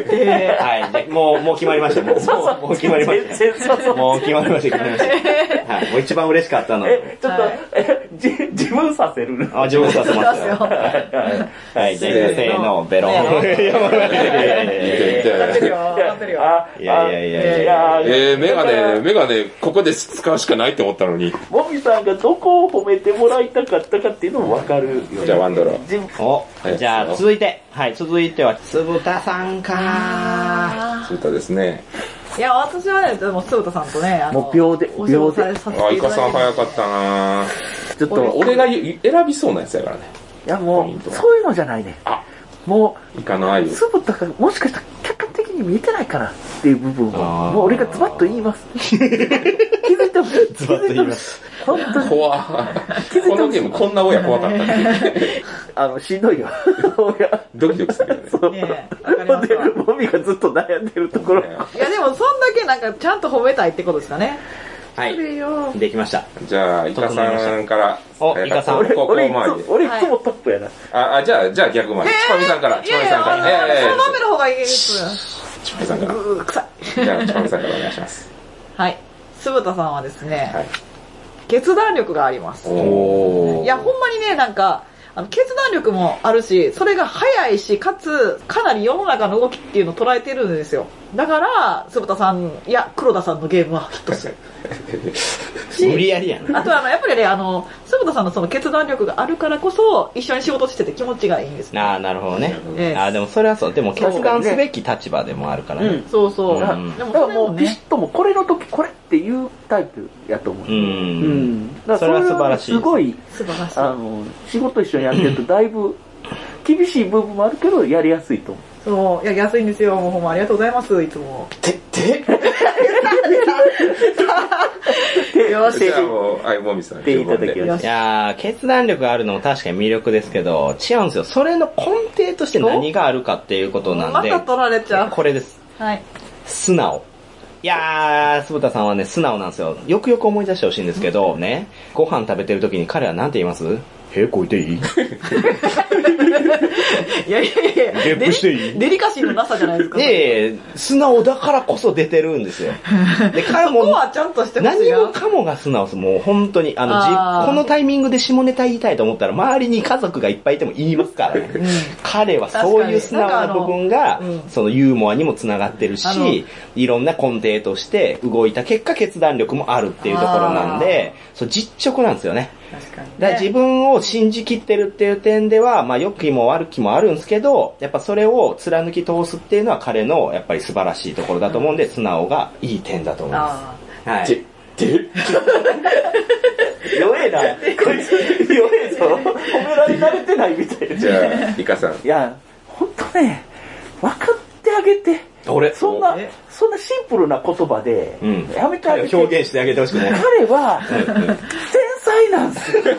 はい。もう決まりました。もう決まりました。もう決まりました。 はい。もう一番嬉しかったの。 ちょっと、自分させる。 自分させますよ。はい、せーの、ベロン。 上がってるよ、上がってるよ。 いや。 メガネ、ここで使うしかないって思ったのに。 もみさんがどこを褒めてもらいたかったかっていうのもわかるよ。 じゃあ、ワンドロー。じゃあ、続いては、つぶたさんかつぶたですね。 いや、私はね、でも、つぶたさんとね、 もう秒で。 イカさん早かったなちょっと、 俺が選びそうなやつやからね。 いや、もう、そういうのじゃないね。もう、 イカの愛を。 つぶたが、もしかしたら客観的に見えてないかなっていう部分は、もう俺がズバッと言います。気づいても、 ズバッと言います。 本当に。怖このゲームこんな親怖かったって。 しんどいよ。 ドキドキするよね。 そう。で、もみがずっと悩んでるところ。 いや、でも、そんだけなんか、ちゃんと褒めたいってことですかね。 はい。できました。 じゃあ、イカさんから。 イカさん。 俺いつもトップやな。 じゃあ逆回り。ちぱみさんから。 いや、その豆の方がいいです。 ちぱみさんから。 臭い。 じゃあ、ちぱみさんからお願いします。 はい。つぶたさんはですね、決断力があります。いや、ほんまにね、なんか、決断力もあるし、それが早いし、かつ、かなり世の中の動きっていうのを捉えてるんですよ。だから、つぶたさん、いや、黒田さんのゲームはヒットする。 無理やりやん。 あとは、やっぱりね、つぶたさんのその決断力があるからこそ、一緒に仕事してて気持ちがいいんです、 ね。なるほどね。でもそれはそう。でも決断すべき立場でもあるからね。 そうそう。でも、だからもう、ビシッともこれの時これっていうタイプやと思う。 だからそれは素晴らしい。 すごい、仕事一緒にやってるとだいぶ厳しい部分もあるけど、やりやすいと思う。 そう、やりやすいんですよ。もうほんまありがとうございます、いつも。 よし。 じゃあもう、もみさん。 いただきます。いや決断力があるのも確かに魅力ですけど、違うんですよ。それの根底として何があるかっていうことなんで。 また取られちゃう。 これです。 はい。 素直。いやー、つぶたさんはね、素直なんですよ。よくよく思い出してほしいんですけど、ね、ご飯食べてる時に彼は何て言います？こいていい？ いや、 ゲップしていい？ デリカシーのなさじゃないですか。 素直だからこそ出てるんですよ。で、 そこはちゃんとしてほしい。 何もかもが素直です。もう本当に、このタイミングで下ネタ言いたいと思ったら、周りに家族がいっぱいいても言いますからね。彼はそういう素直な部分が、そのユーモアにもつながってるし、いろんな根底として動いた結果、決断力もあるっていうところなんで、実直なんですよね。 確かにね。 だから自分を信じきってるっていう点では、良きも悪きもあるんですけど、やっぱそれを貫き通すっていうのは彼のやっぱり素晴らしいところだと思うんで、素直がいい点だと思います。はい。 弱えな。こいつ、弱えぞ。褒められ慣れてないみたいな。 じゃあ、イカさん。 いや、ほんとね、分かってあげて。そんなシンプルな言葉で、やめてあげて。 表現してあげてほしくない。 彼は、天才なんですよ。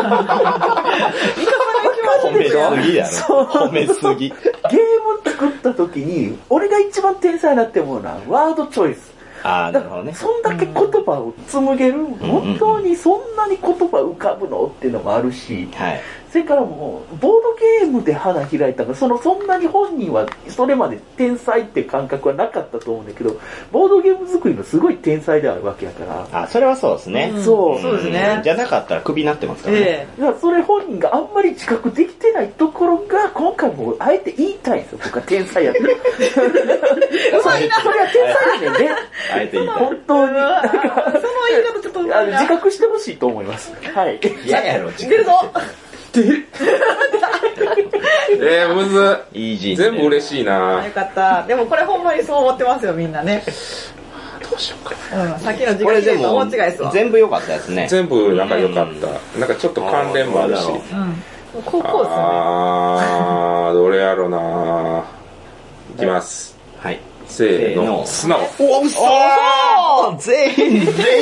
褒めすぎやろ。褒めすぎ。 ゲーム作った時に、俺が一番天才だって思うのは、ワードチョイス。 なるほどね。 そんだけ言葉を紡げる、本当にそんなに言葉浮かぶのっていうのもあるし、それからもう、ボードゲームで花開いたから、そんなに本人はそれまで天才って感覚はなかったと思うんだけど、ボードゲーム作りのすごい天才であるわけやから。 それはそうですね。 そうですね。 じゃなかったらクビになってますからね。 それ本人があんまり自覚できてないところが、今回もあえて言いたいんですよ、僕は天才やって。うまいな。それは天才やねんね。 あえて言いたい。 本当に。 その言い方ちょっと自覚してほしいと思います。はい。 嫌やろ、 出るぞ。 むずいい。 全部嬉しいな。 よかった。でもこれほんまにそう思ってますよ、みんなね。 どうしようか。 さっきの時間切れと大違いですわ。 全部良かったですね。 全部なんか良かった。なんかちょっと関連もあるし。 こうですよね。 どれやろな。いきます。 はい。 せーの。素直。 お、嘘全員でいて。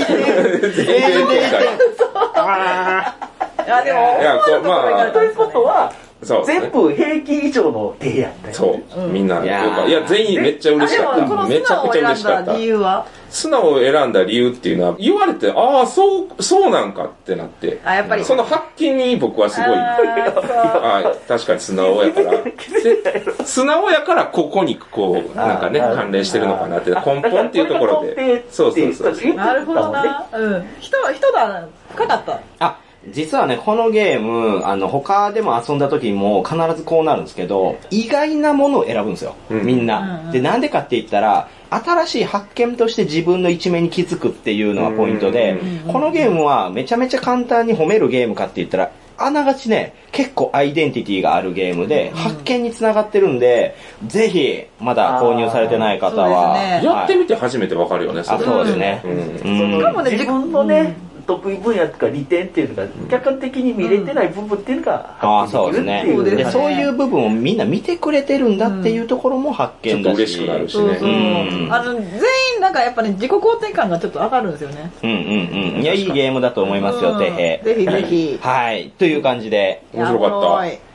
いや、でも、 ということは、全部平均以上の提案だよね。 そう。みんな。いや、全員めっちゃ嬉しかった。めちゃくちゃ嬉しかった。 理由は素直を選んだ理由っていうのは、言われて、ああ、そうなんかってなって、 やっぱりその発見に僕はすごい、確かに素直やから、素直やからここにこう、なんかね、関連してるのかなって、根本っていうところで。そう。 なるほどな。人だ、深かった。 実はね、このゲーム、他でも遊んだ時も必ずこうなるんですけど、意外なものを選ぶんですよ。みんな。で、なんでかって言ったら、新しい発見として自分の一面に気づくっていうのがポイントで、このゲームはめちゃめちゃ簡単に褒めるゲームかって言ったら、あながちね、結構アイデンティティがあるゲームで、発見につながってるんで、ぜひ、まだ購入されてない方は、 やってみて初めてわかるよね、 そうですね。 しかもね、自分のね、得意分野とか利点っていうのが客観的に見れてない部分っていうのが発見できるっていうでそういう部分をみんな見てくれてるんだっていうところも発見だし、 嬉しくなるしね。 全員なんかやっぱね自己肯定感がちょっと上がるんですよね。 いやいいゲームだと思いますよ。ぜひはいという感じで面白かった。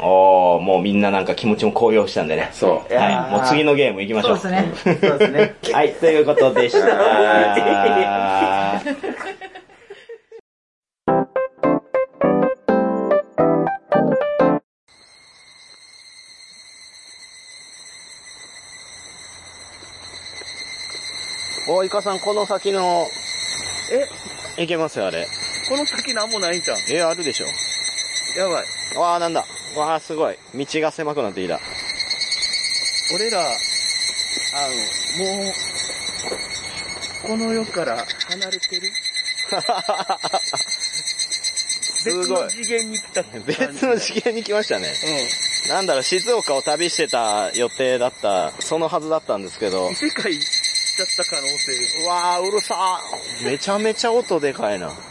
もうみんななんか気持ちも高揚したんでね。 そうはいもう次のゲーム行きましょう。 そうですね。 はいということでした。イカさん、この先の、いけますよ、あれ。 この先なんもないんじゃん。 あるでしょ。 やばい。 わあ、なんだ。わあ、すごい。道が狭くなってきた。 俺ら、もう、この世から離れてる別の次元に来た。 別の次元に来ましたね。なんだろう、静岡を旅してた予定だった、そのはずだったんですけど。 異世界しちゃった可能性。 うわー、うるさー。めちゃめちゃ音でかいな。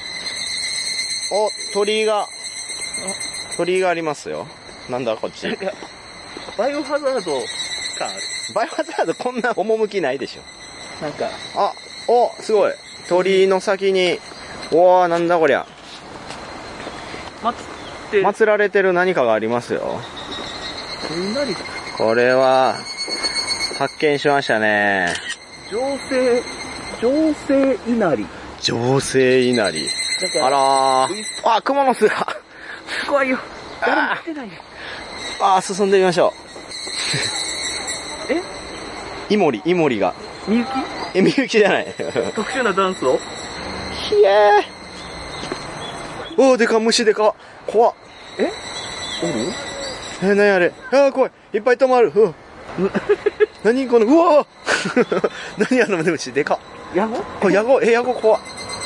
鳥居がありますよ。なんだこっち。 バイオハザード感ある。 バイオハザードこんな趣ないでしょ。 なんか。 すごい。鳥居の先に、なんだこりゃ。祀られてる何かがありますよ。これは、発見しましたね。 浄世稲荷。 浄世稲荷。あらー。蜘蛛の巣が。 怖いよ。誰も来てないよ。 進んでみましょう。イモリが。 みゆき？ みゆきじゃない。 特殊なダンスを？ ひえー。でか、虫でか。怖っ。おる？何あれ？怖い。いっぱい止まる。何この、うわ何あの虫、でか。 ヤゴ怖っ。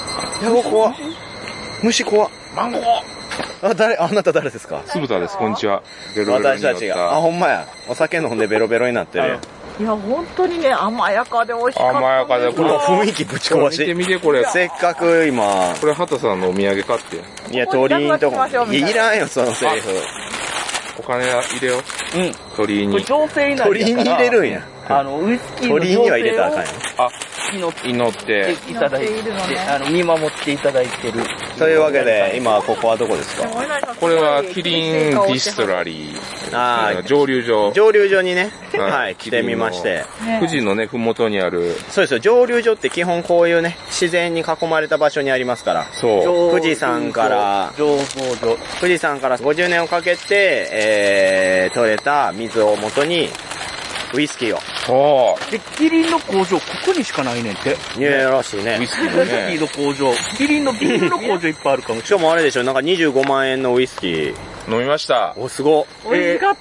虫怖っ。 マンゴー。 あなた誰ですか？ 酢豚です、こんにちは。 私たちが。ほんまや。お酒飲んでベロベロになってる。 いや、本当にね、甘やかで美味しかった。 甘やかで、 この雰囲気ぶち壊し。 見てこれ。 せっかく今。 これ、畑さんのお土産買って。 いや、鳥居んとこ。いらんよ、そのセリフ。 お金入れよ。鳥居に。 鳥居に入れるんや。 ウイスキーの鳥居には入れたらあかんよ。 祈っていただいて、見守っていただいてる。 というわけで、今、ここはどこですか？ これは、キリンディストラリー。蒸留所。 蒸留所にね、来てみまして。 富士のね、ふもとにある。 そうですよ、蒸留所って基本こういうね、自然に囲まれた場所にありますから。 そう。 富士山から50年をかけて、取れた水を元に、ウイスキーを。 で、キリンの工場、ここにしかないねんって。 いやらしいね。 ウイスキーのね。 ウイスキーの工場。キリンのビールの工場いっぱいあるかもしれない。 しかもあれでしょ、なんか25万円のウイスキー。 飲みました。 すご。 美味しかった。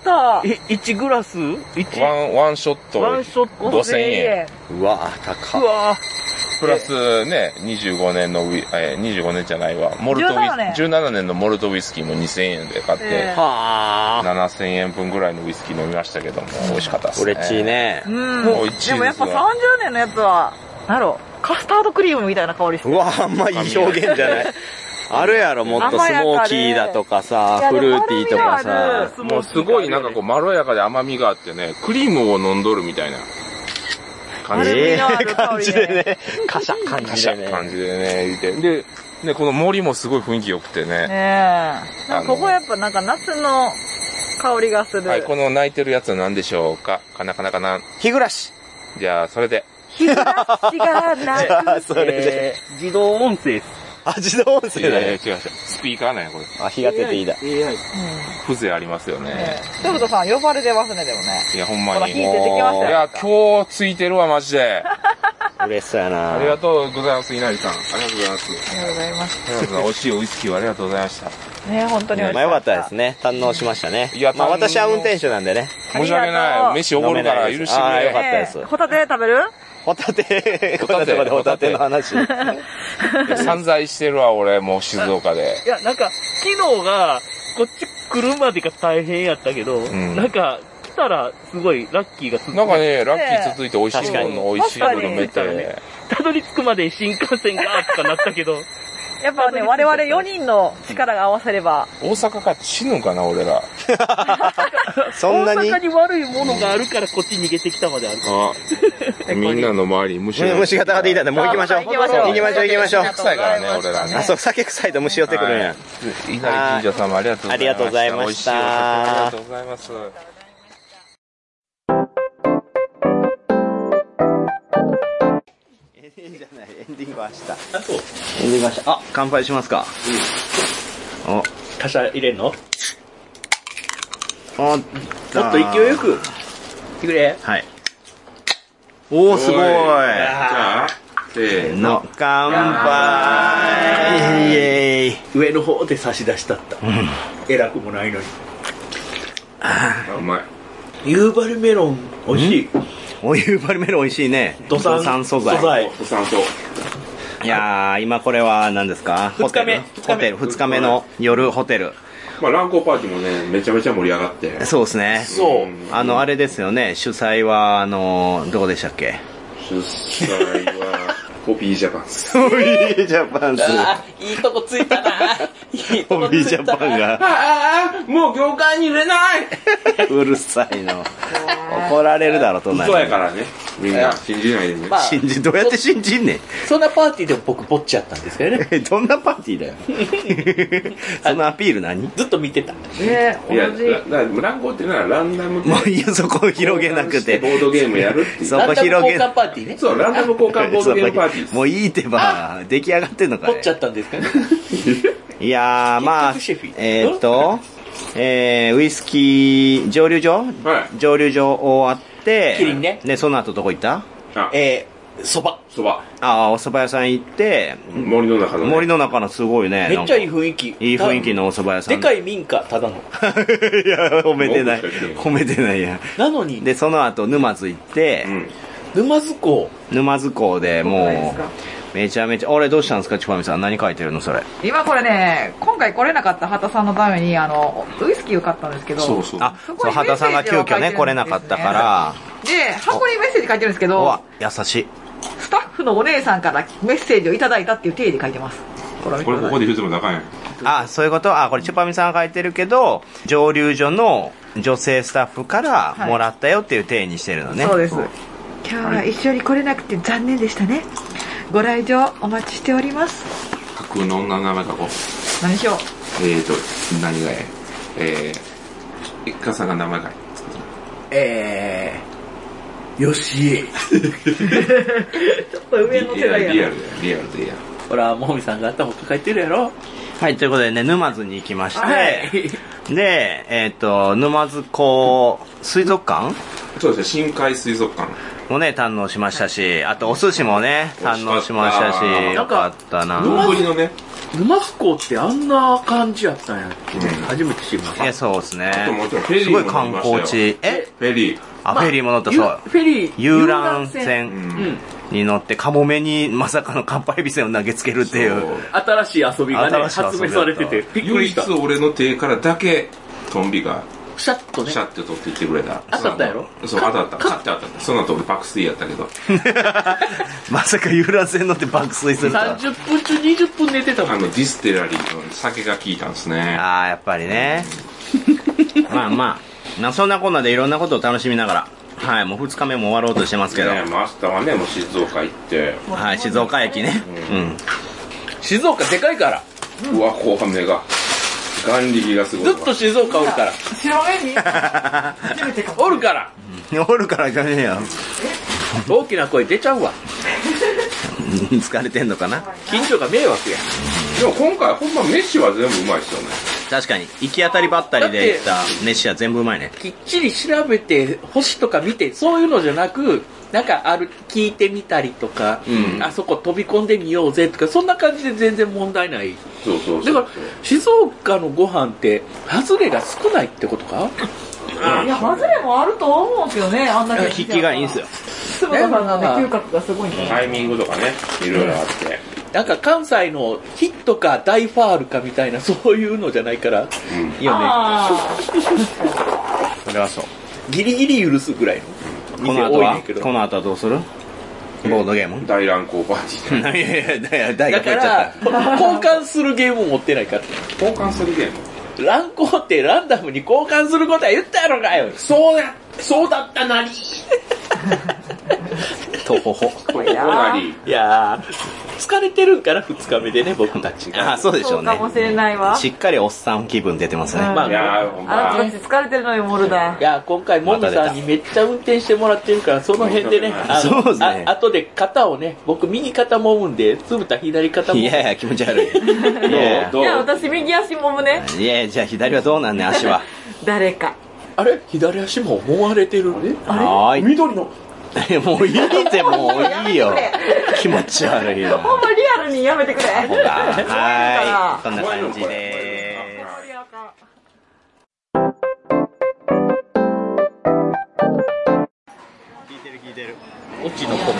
1グラスワンショット。5000円。 うわ、高っ。 プラスね、25年じゃないわ。17年のモルトウイスキーも2000円で買って、7000円分ぐらいのウイスキー飲みましたけども、美味しかったですね。 嬉しいね。 でもやっぱ30年のやつは、カスタードクリームみたいな香りしてる。 うわ、あんまいい表現じゃない。あるやろ、もっとスモーキーだとかさ、フルーティーとかさ。 もうすごいなんかこうまろやかで甘みがあってね、クリームを飲んどるみたいな。 感じでね、カシャ感じでね、 で、ね、この森もすごい雰囲気良くてね。 ここやっぱなんか夏の香りがする。 はい、この鳴いてるやつは何でしょうか？かな。 日暮らし。 じゃあ、それで。 日暮らしがなくて。 自動音声です。 あ、自動音声だね。 違う。スピーカーなんや、これ。 あ、火が出ていいだ。 AI。 風情ありますよね。 トフトさん呼ばれてますね、でもね。 いや、ほんまに。 ほら、火出てきましたよ。 いや、今日ついてるわ、マジで。 嬉しそうやな。 ありがとうございます、稲荷さん。ありがとうございます。 ありがとうございます。 ありがとうございます。美味しいウイスキーをありがとうございました。 ね、本当に美味しかった。 まあよかったですね。堪能しましたね。 いやまあ私は運転手なんでね。 申し訳ない。飯おごるから許してくれ。 ああ、よかったです。 ホタテ食べる？ ホタテ、こんなとこでホタテの話。 散財してるわ、俺、もう静岡で。 いや、なんか、昨日が、こっち来るまでが大変やったけど、なんか、来たらすごいラッキーが続いて。 なんかね、ラッキー続いて美味しいもの、美味しいものめて。 たどり着くまで新幹線がとかなったけど。 やっぱね、我々4人の力が合わせれば。 大阪から死ぬんかな、俺ら。 そんなに大阪に悪いものがあるからこっち逃げてきたまである。 あ、みんなの周りに虫が。 虫がたかっていたんで、もう行きましょう。行きましょう。 酒臭いからね、俺らね。 あ、そう、酒臭いと虫寄ってくるんや。 稲荷神社様ありがとうございました。 ありがとうございました。 ありがとうございます。 エンディングは明日。あ、そう。エンディングは明日。あ、乾杯しますか。うん。お。 他社入れんの？ もっと勢いよく。いくれ。 はい。おー、すごい。じゃあ、せーの。 乾杯。イエーイ。 上の方で差し出したった。偉くもないのに。 うまい。 夕張メロン、美味しい。 お夕張メロン美味しいね。土産素材。 土産素。 いやー、今これは何ですか ？2日目。 2日目の夜ホテル。 まあ、乱行パーティーもね、めちゃめちゃ盛り上がって。 そうですね。 そう。 あれですよね、主催は、どこでしたっけ？ 主催は、ホビージャパンス。 ホビージャパンス。 いいとこついたな。 ホビージャパンが。 もう業界に入れないうるさいの。怒られるだろ、となる。 嘘やからね。みんな信じないでね。 どうやって信じんねん。 そんなパーティーでも僕ぼっちやったんですけどね。 どんなパーティーだよ。そのアピール何？ ずっと見てた。 いや、乱行っていうのはランダム。 もういいよ、そこを広げなくて。 ボードゲームやるっていう。 そこ広げ。 ランダム交換パーティーね。 そう、ランダム交換ボードゲームパーティー。 もういいってば、出来上がってんのかぼっちゃったんですかね。 いやー、まあ、ウイスキー、蒸留所蒸留所終わって、 キリンね。 で、その後どこ行った？ 蕎麦。 ああ、お蕎麦屋さん行って、 森の中のすごいね。 めっちゃいい雰囲気。 いい雰囲気のお蕎麦屋さん。 でかい民家、ただの。 いや、褒めてない。褒めてないや。 なのに。 で、その後、沼津行って、 沼津港でもう、めちゃめちゃ、あれどうしたんですか、チュパミさん。何書いてるのそれ。 今これね、今回来れなかった畑さんのために、ウイスキーを買ったんですけど。 そうそう。 あ、そう、畑さんが急遽ね、来れなかったから。 で、箱にメッセージ書いてるんですけど、 優しい。 スタッフのお姉さんからメッセージをいただいたっていう体で書いてます。 これここで言うても高いん。 あ、そういうこと？あ、これチュパミさんが書いてるけど、蒸留所の女性スタッフからもらったよっていう体にしてるのね。 そうです。今日は一緒に来れなくて残念でしたね。ご来場お待ちしております。 架空の女の名前書こう。 何しよう。 何が一家さんが名前書いて。 よし。 ちょっと上の世代やな。 リアルでやる。 ほら、もみさんがあったほか書いてるやろ。 はい、ということでね、沼津に行きまして、で、沼津港水族館？ そうですね、深海水族館もね、堪能しましたし、あとお寿司もね、堪能しましたし、よかったな。 大ぶりのね。 沼津港ってあんな感じやったんやってね、初めて知りました。 いや、そうですね。 すごい観光地。 フェリー。 あ、フェリーも乗った、そう。 フェリー。 遊覧船に乗って、カモメにまさかのかっぱえびせんを投げつけるっていう。 新しい遊びがね、発明されてて、びっくりした。 唯一俺の手からだけ、トンビが、 シャッとね。 シャッて取っていってくれた。 当たったやろ？ そう、当たった。勝って当たった。その後俺爆睡やったけど。 まさか遊覧船乗って爆睡するとは。 30分中20分寝てたもん。 ディステラリーの酒が効いたんですね。 ああ、やっぱりね。まあ、そんなこんなでいろんなことを楽しみながら。はい、もう2日目も終わろうとしてますけど。 ね、明日はね、もう静岡行って。 はい、静岡駅ね。 静岡でかいから。 うわ、後半目が。眼力がすごい。 ずっと静岡おるから。 白目に初めてかも。 おるから。 おるからいかねえや。 大きな声出ちゃうわ。 疲れてんのかな。 近所が迷惑や。 でも今回ほんま飯は全部うまいっすよね。 確かに行き当たりばったりで行った飯は全部うまいね。 きっちり調べて星とか見てそういうのじゃなく、なんか聞いてみたりとか、あそこ飛び込んでみようぜとか、そんな感じで全然問題ない。 そうだから静岡のご飯って外れが少ないってことか。 いや、外れもあると思うんですよね、あんだけ。 引きがいいんすよ。 坪田さんなんで嗅覚がすごいんで。 タイミングとかね、いろいろあって。 なんか関西のヒットか大ファールかみたいな、そういうのじゃないから、いいよね。 それはそう。 ギリギリ許すぐらいの店多いねんけど。 この後はどうする？ボードゲーム？ 大乱交パーティー。 いや大だから交換するゲームを持ってないから。 交換するゲーム。 乱交ってランダムに交換することは言ったやろかよ。そうだったなり。 とほほ。 いや疲れてるから2日目でね、僕たちが。 そうでしょうね。 そうかもしれないわ。 しっかりおっさん気分出てますね。 まあ、 いやー、ほんま。 あなたたち疲れてるのよ、モルダー。 いや、今回、モンさんにめっちゃ運転してもらってるから、その辺でね、 そうですね。 後で肩をね、僕右肩揉むんで、つぶた左肩揉む。 いやいや、気持ち悪い。いや、私右足揉むね。 いや、じゃあ左はどうなんねん、足は。 誰か。 あれ左足も揉まれてる。 はーい。 緑の。 もういいってもういいよ。気持ち悪いよ。 ほんまリアルにやめてくれ。 ほら、はい。こんな感じでーす。聞いてる。 オチのコメント。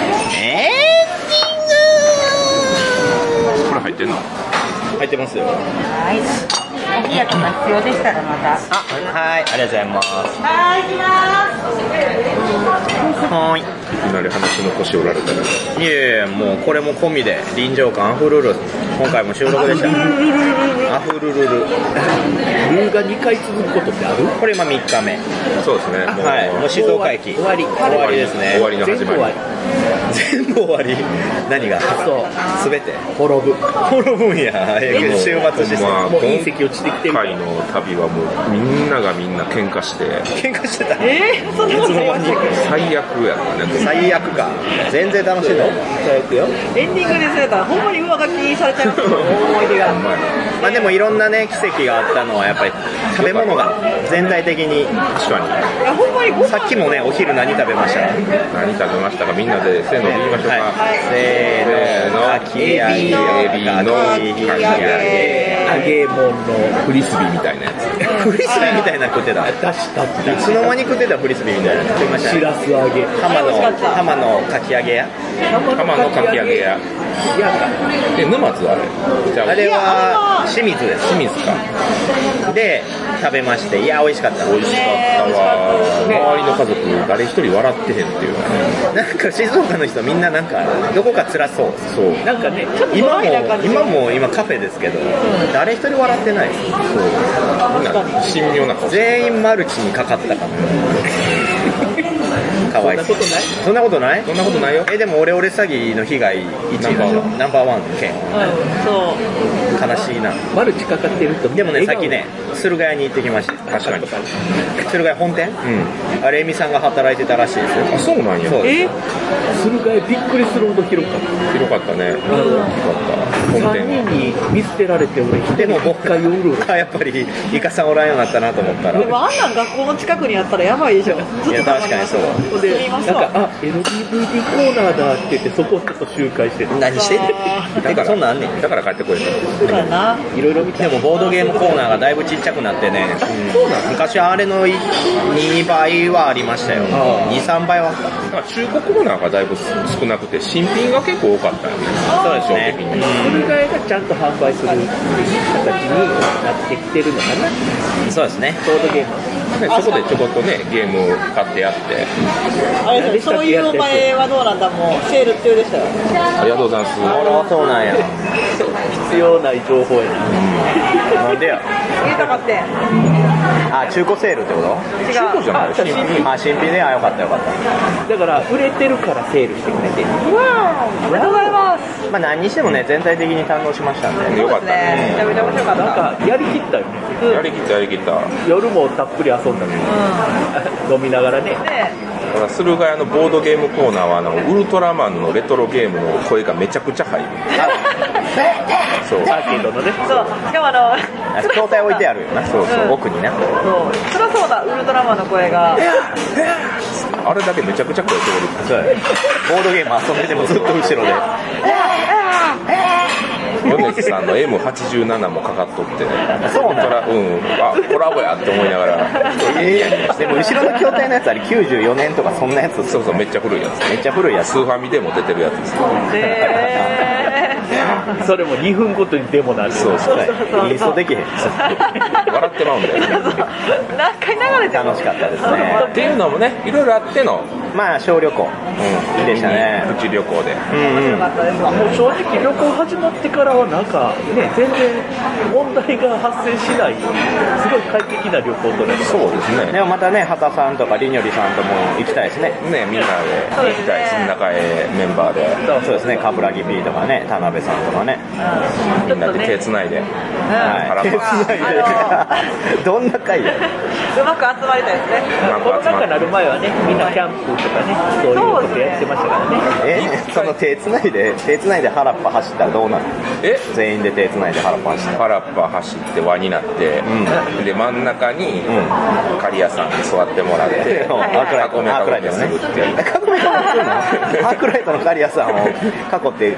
これ入ってんの？ 入ってますよ。 はい。お冷やとか必要でしたらまた。 はい、ありがとうございます。 はい、行きます。 はい。 いきなり話の腰折られたら。 いやいや、もうこれも込みで臨場感あふるる。今回も収録でした。あふるるる。 ルーが2回続くことってある？ これ今3日目。 そうですね。 はい。もう静岡駅。 終わりですね。 終わりの始まり。 全部終わり。何が？ そう。 すべて。 滅ぶんや。週末してまあ、 もう隕石落ちてきてる。 今回の旅はもうみんながみんな喧嘩して。 喧嘩してた。 そんなことない。 最悪やったね。 最悪か。全然楽しんだ。 最悪よ。 エンディングでされたらほんまに上書きされちゃいますよ、思い出が。 まあでもいろんなね、奇跡があったのはやっぱり食べ物が全体的に。 確かに。 いや、ほんまにさっきもね、お昼何食べました？ 何食べましたか？みんなでせーので言いましょうか。 はい。せーの。かき揚げ。 エビのかき揚げ。 揚げ物のフリスビーみたいなやつ。 フリスビーみたいなの食ってた。 出したっていつの間に食ってたフリスビーみたいなの食いましたね。 しらす揚げ。 浜のかき揚げ屋。 浜のかき揚げ屋。沼津あれ。 あれは清水です。 清水か。 で食べまして、いや美味しかった。 美味しかったわ。周りの家族誰一人笑ってへんっていうね。 なんか静岡の人みんななんかどこか辛そう。 そう。 なんかね、 今もカフェですけど、誰一人笑ってない。そう。 みんな神妙な顔。 全員マルチにかかったかも。かわいそう。そんなことない？ そんなことないよ。 でもオレオレ詐欺の被害1位ナンバーワンの件。 そう。 悲しいな。 マルチかかってると。 でもね、さっきね、駿河屋に行ってきました。 確かに。 駿河屋本店？うん。あれ、エミさんが働いてたらしいですよ。 あ、そうなんや。 そうです。 駿河屋びっくりするほど広かった。 広かったね。広かった。本店 3人に見捨てられて、俺でも僕がやっぱりイカさんおらんようになったなと思ったら。 でもあんなん学校の近くにあったらやばいでしょ。 いや、確かにそう。 で、なんか、LDVD コーナーだって言って、そこをちょっと周回して何してんの？だからそんなんあんねん。 だから帰ってこいと。 だな。 いろいろ見て。 でもボードゲームコーナーがだいぶちっちゃくなってね。昔はあれの2倍はありましたよ。2、3倍はあった。 だから中古コーナーがだいぶ少なくて、新品が結構多かったよね。 そうですね。 駿河屋がちゃんと販売する形になってきてるのかな。 そうですね。 ボードゲーム。 そこでちょこっとね、ゲームを買ってやって。 あれですね、そういうお前はどうなんだ、もうセール中でしたよ。 ありがとうございます。 そうなんや。 必要ない情報やな。 なんでや。 言いたかってん。 あ、中古セールってこと？ 違う。 中古じゃない。新品。 あ、新品ね。あ、よかったよかった。 だから売れてるからセールしてくれてる。 ありがとうございます。 まあ何にしてもね、全体的に堪能しましたんで。 よかったね。 めちゃめちゃ面白かった。 なんかやりきったよね。 やりきった。 夜もたっぷり遊んだけど、飲みながらね。 駿河屋のボードゲームコーナーはウルトラマンのレトロゲームの声がめちゃくちゃ入る。 そう、アーケードのね。 そう、しかも筐体置いてあるよな。そうそう、奥にな。 そう、辛そうなウルトラマンの声が。 あれだけめちゃくちゃ声通る。 そうや。ボードゲーム遊んでてもずっと後ろで。 米津さんの M87 もかかっとってね。 そうなんだ。 コラボやって思いながら。 でも後ろの筐体のやつあれ94年とかそんなやつ。 そうそう、めっちゃ古いやつ。 めっちゃ古いやつ。 スーファミでも出てるやつです。 それも2分ごとにデモなんで。 そうそう。インストできへん。 笑ってまうんだよ。 何回流れて楽しかったですね。 っていうのもね、いろいろあっての。 まあ小旅行でしたね。 プチ旅行で。 もう正直旅行始まってからはなんかね、全然問題が発生しない、すごい快適な旅行とね。 そうですね。 でもまたね、畑さんとかりにょりさんとも行きたいですね。 ね、みんなで行きたいです。中へメンバーで。 そうですね、冠城 P とかね、田辺さんとかね。 みんなで手つないで。 手つないで。どんな会や。 うまく集まりたいですね。 コロナ禍になる前はね、みんなキャンプとかね、そういうことやってましたからね。 その手つないで原っぱ走ったらどうなる？全員で手つないで原っぱ走ったら。 原っぱ走って輪になって、で真ん中に刈谷さんに座ってもらって、 アークライトするってやる。アークライトの刈谷さんを囲って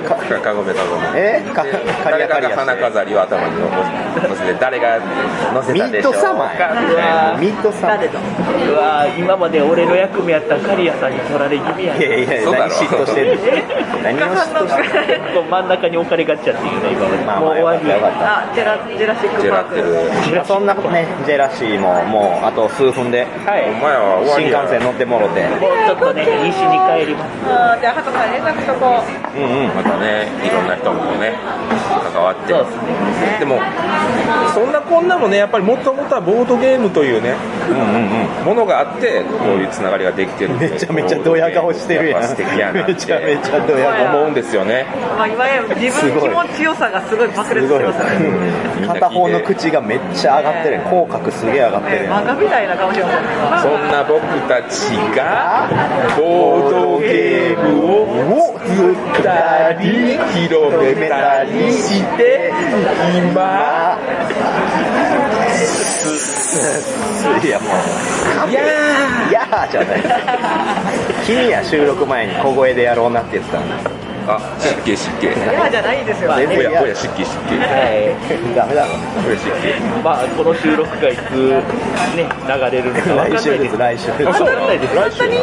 誰が花飾りを頭に乗せて、誰が乗せたでしょうか。 ミッドサマー。 うわー、今まで俺の役目やった刈谷さんに取られ気味やね。 いや何嫉妬してる。何を嫉妬してる。 真ん中に置かれがっちゃっていうね、今まで。 まあまあよかった。 ジェラシックパーク。 そんなね、ジェラシーももうあと数分で新幹線乗ってもろて、 もうちょっとね、西に帰ります。 じゃあ畑さん連絡しとこう。 またね、いろんな人もね関わって。でもそんなこんなもね、やっぱりもともとはボードゲームというね、ものがあってこういうつながりができてる。 めちゃめちゃドヤ顔してるやん。 素敵やなってめちゃめちゃドヤ顔思うんですよね。 まあ今や自分気持ちよさがすごい爆裂してますよね。 片方の口がめっちゃ上がってる。口角すげえ上がってる。 漫画みたいな顔してます。 そんな僕たちがボードゲームを作ったり広めたりして今いやもういやーじゃない。君や収録前に小声でやろうなって言ってたんだ。 湿気湿気。 いやじゃないですよ。 おや湿気湿気。 ダメだろ。 おや湿気。 まあこの収録がいつね流れるのか分かんないです。 来週です。 分かんないです。 来週。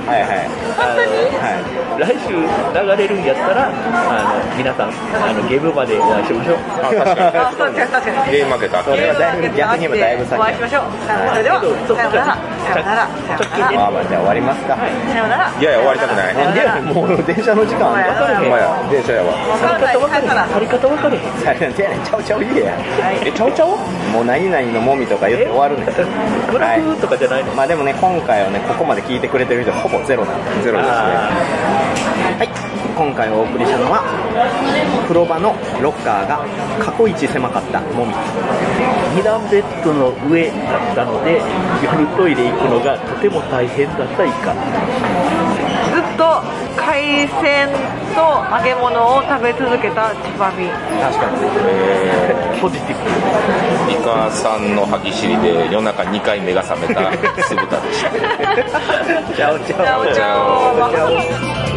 来週流れるんやったら皆さんゲームまでお会いしましょう。 確かに。 ゲーム負けた。 それはだいぶ逆に言えばだいぶ先。 お会いしましょう。それではさよなら。 まあじゃあ終わりますか。 さよなら。 いや終わりたくない。 もう電車の時間ある。 お前や電車やわ。 借り方分かれへん。 ちゃうちゃう言えや。 ちゃうちゃう？ もう何々のもみとか言って終わるんですよ。 ブラフとかじゃないの？ まあでもね、今回はね、ここまで聞いてくれてる人ほぼゼロなんで。 ゼロですね。 はい、今回お送りしたのは風呂場のロッカーが過去一狭かったもみ。 2段ベッドの上だったので夜トイレ行くのがとても大変だったイカ。 ずっと海鮮と揚げ物を食べ続けた千葉美。 確かにポジティブ。 イカさんの歯ぎしりで夜中2回目が覚めた酢豚でした。 チャオチャオ。 チャオチャオ。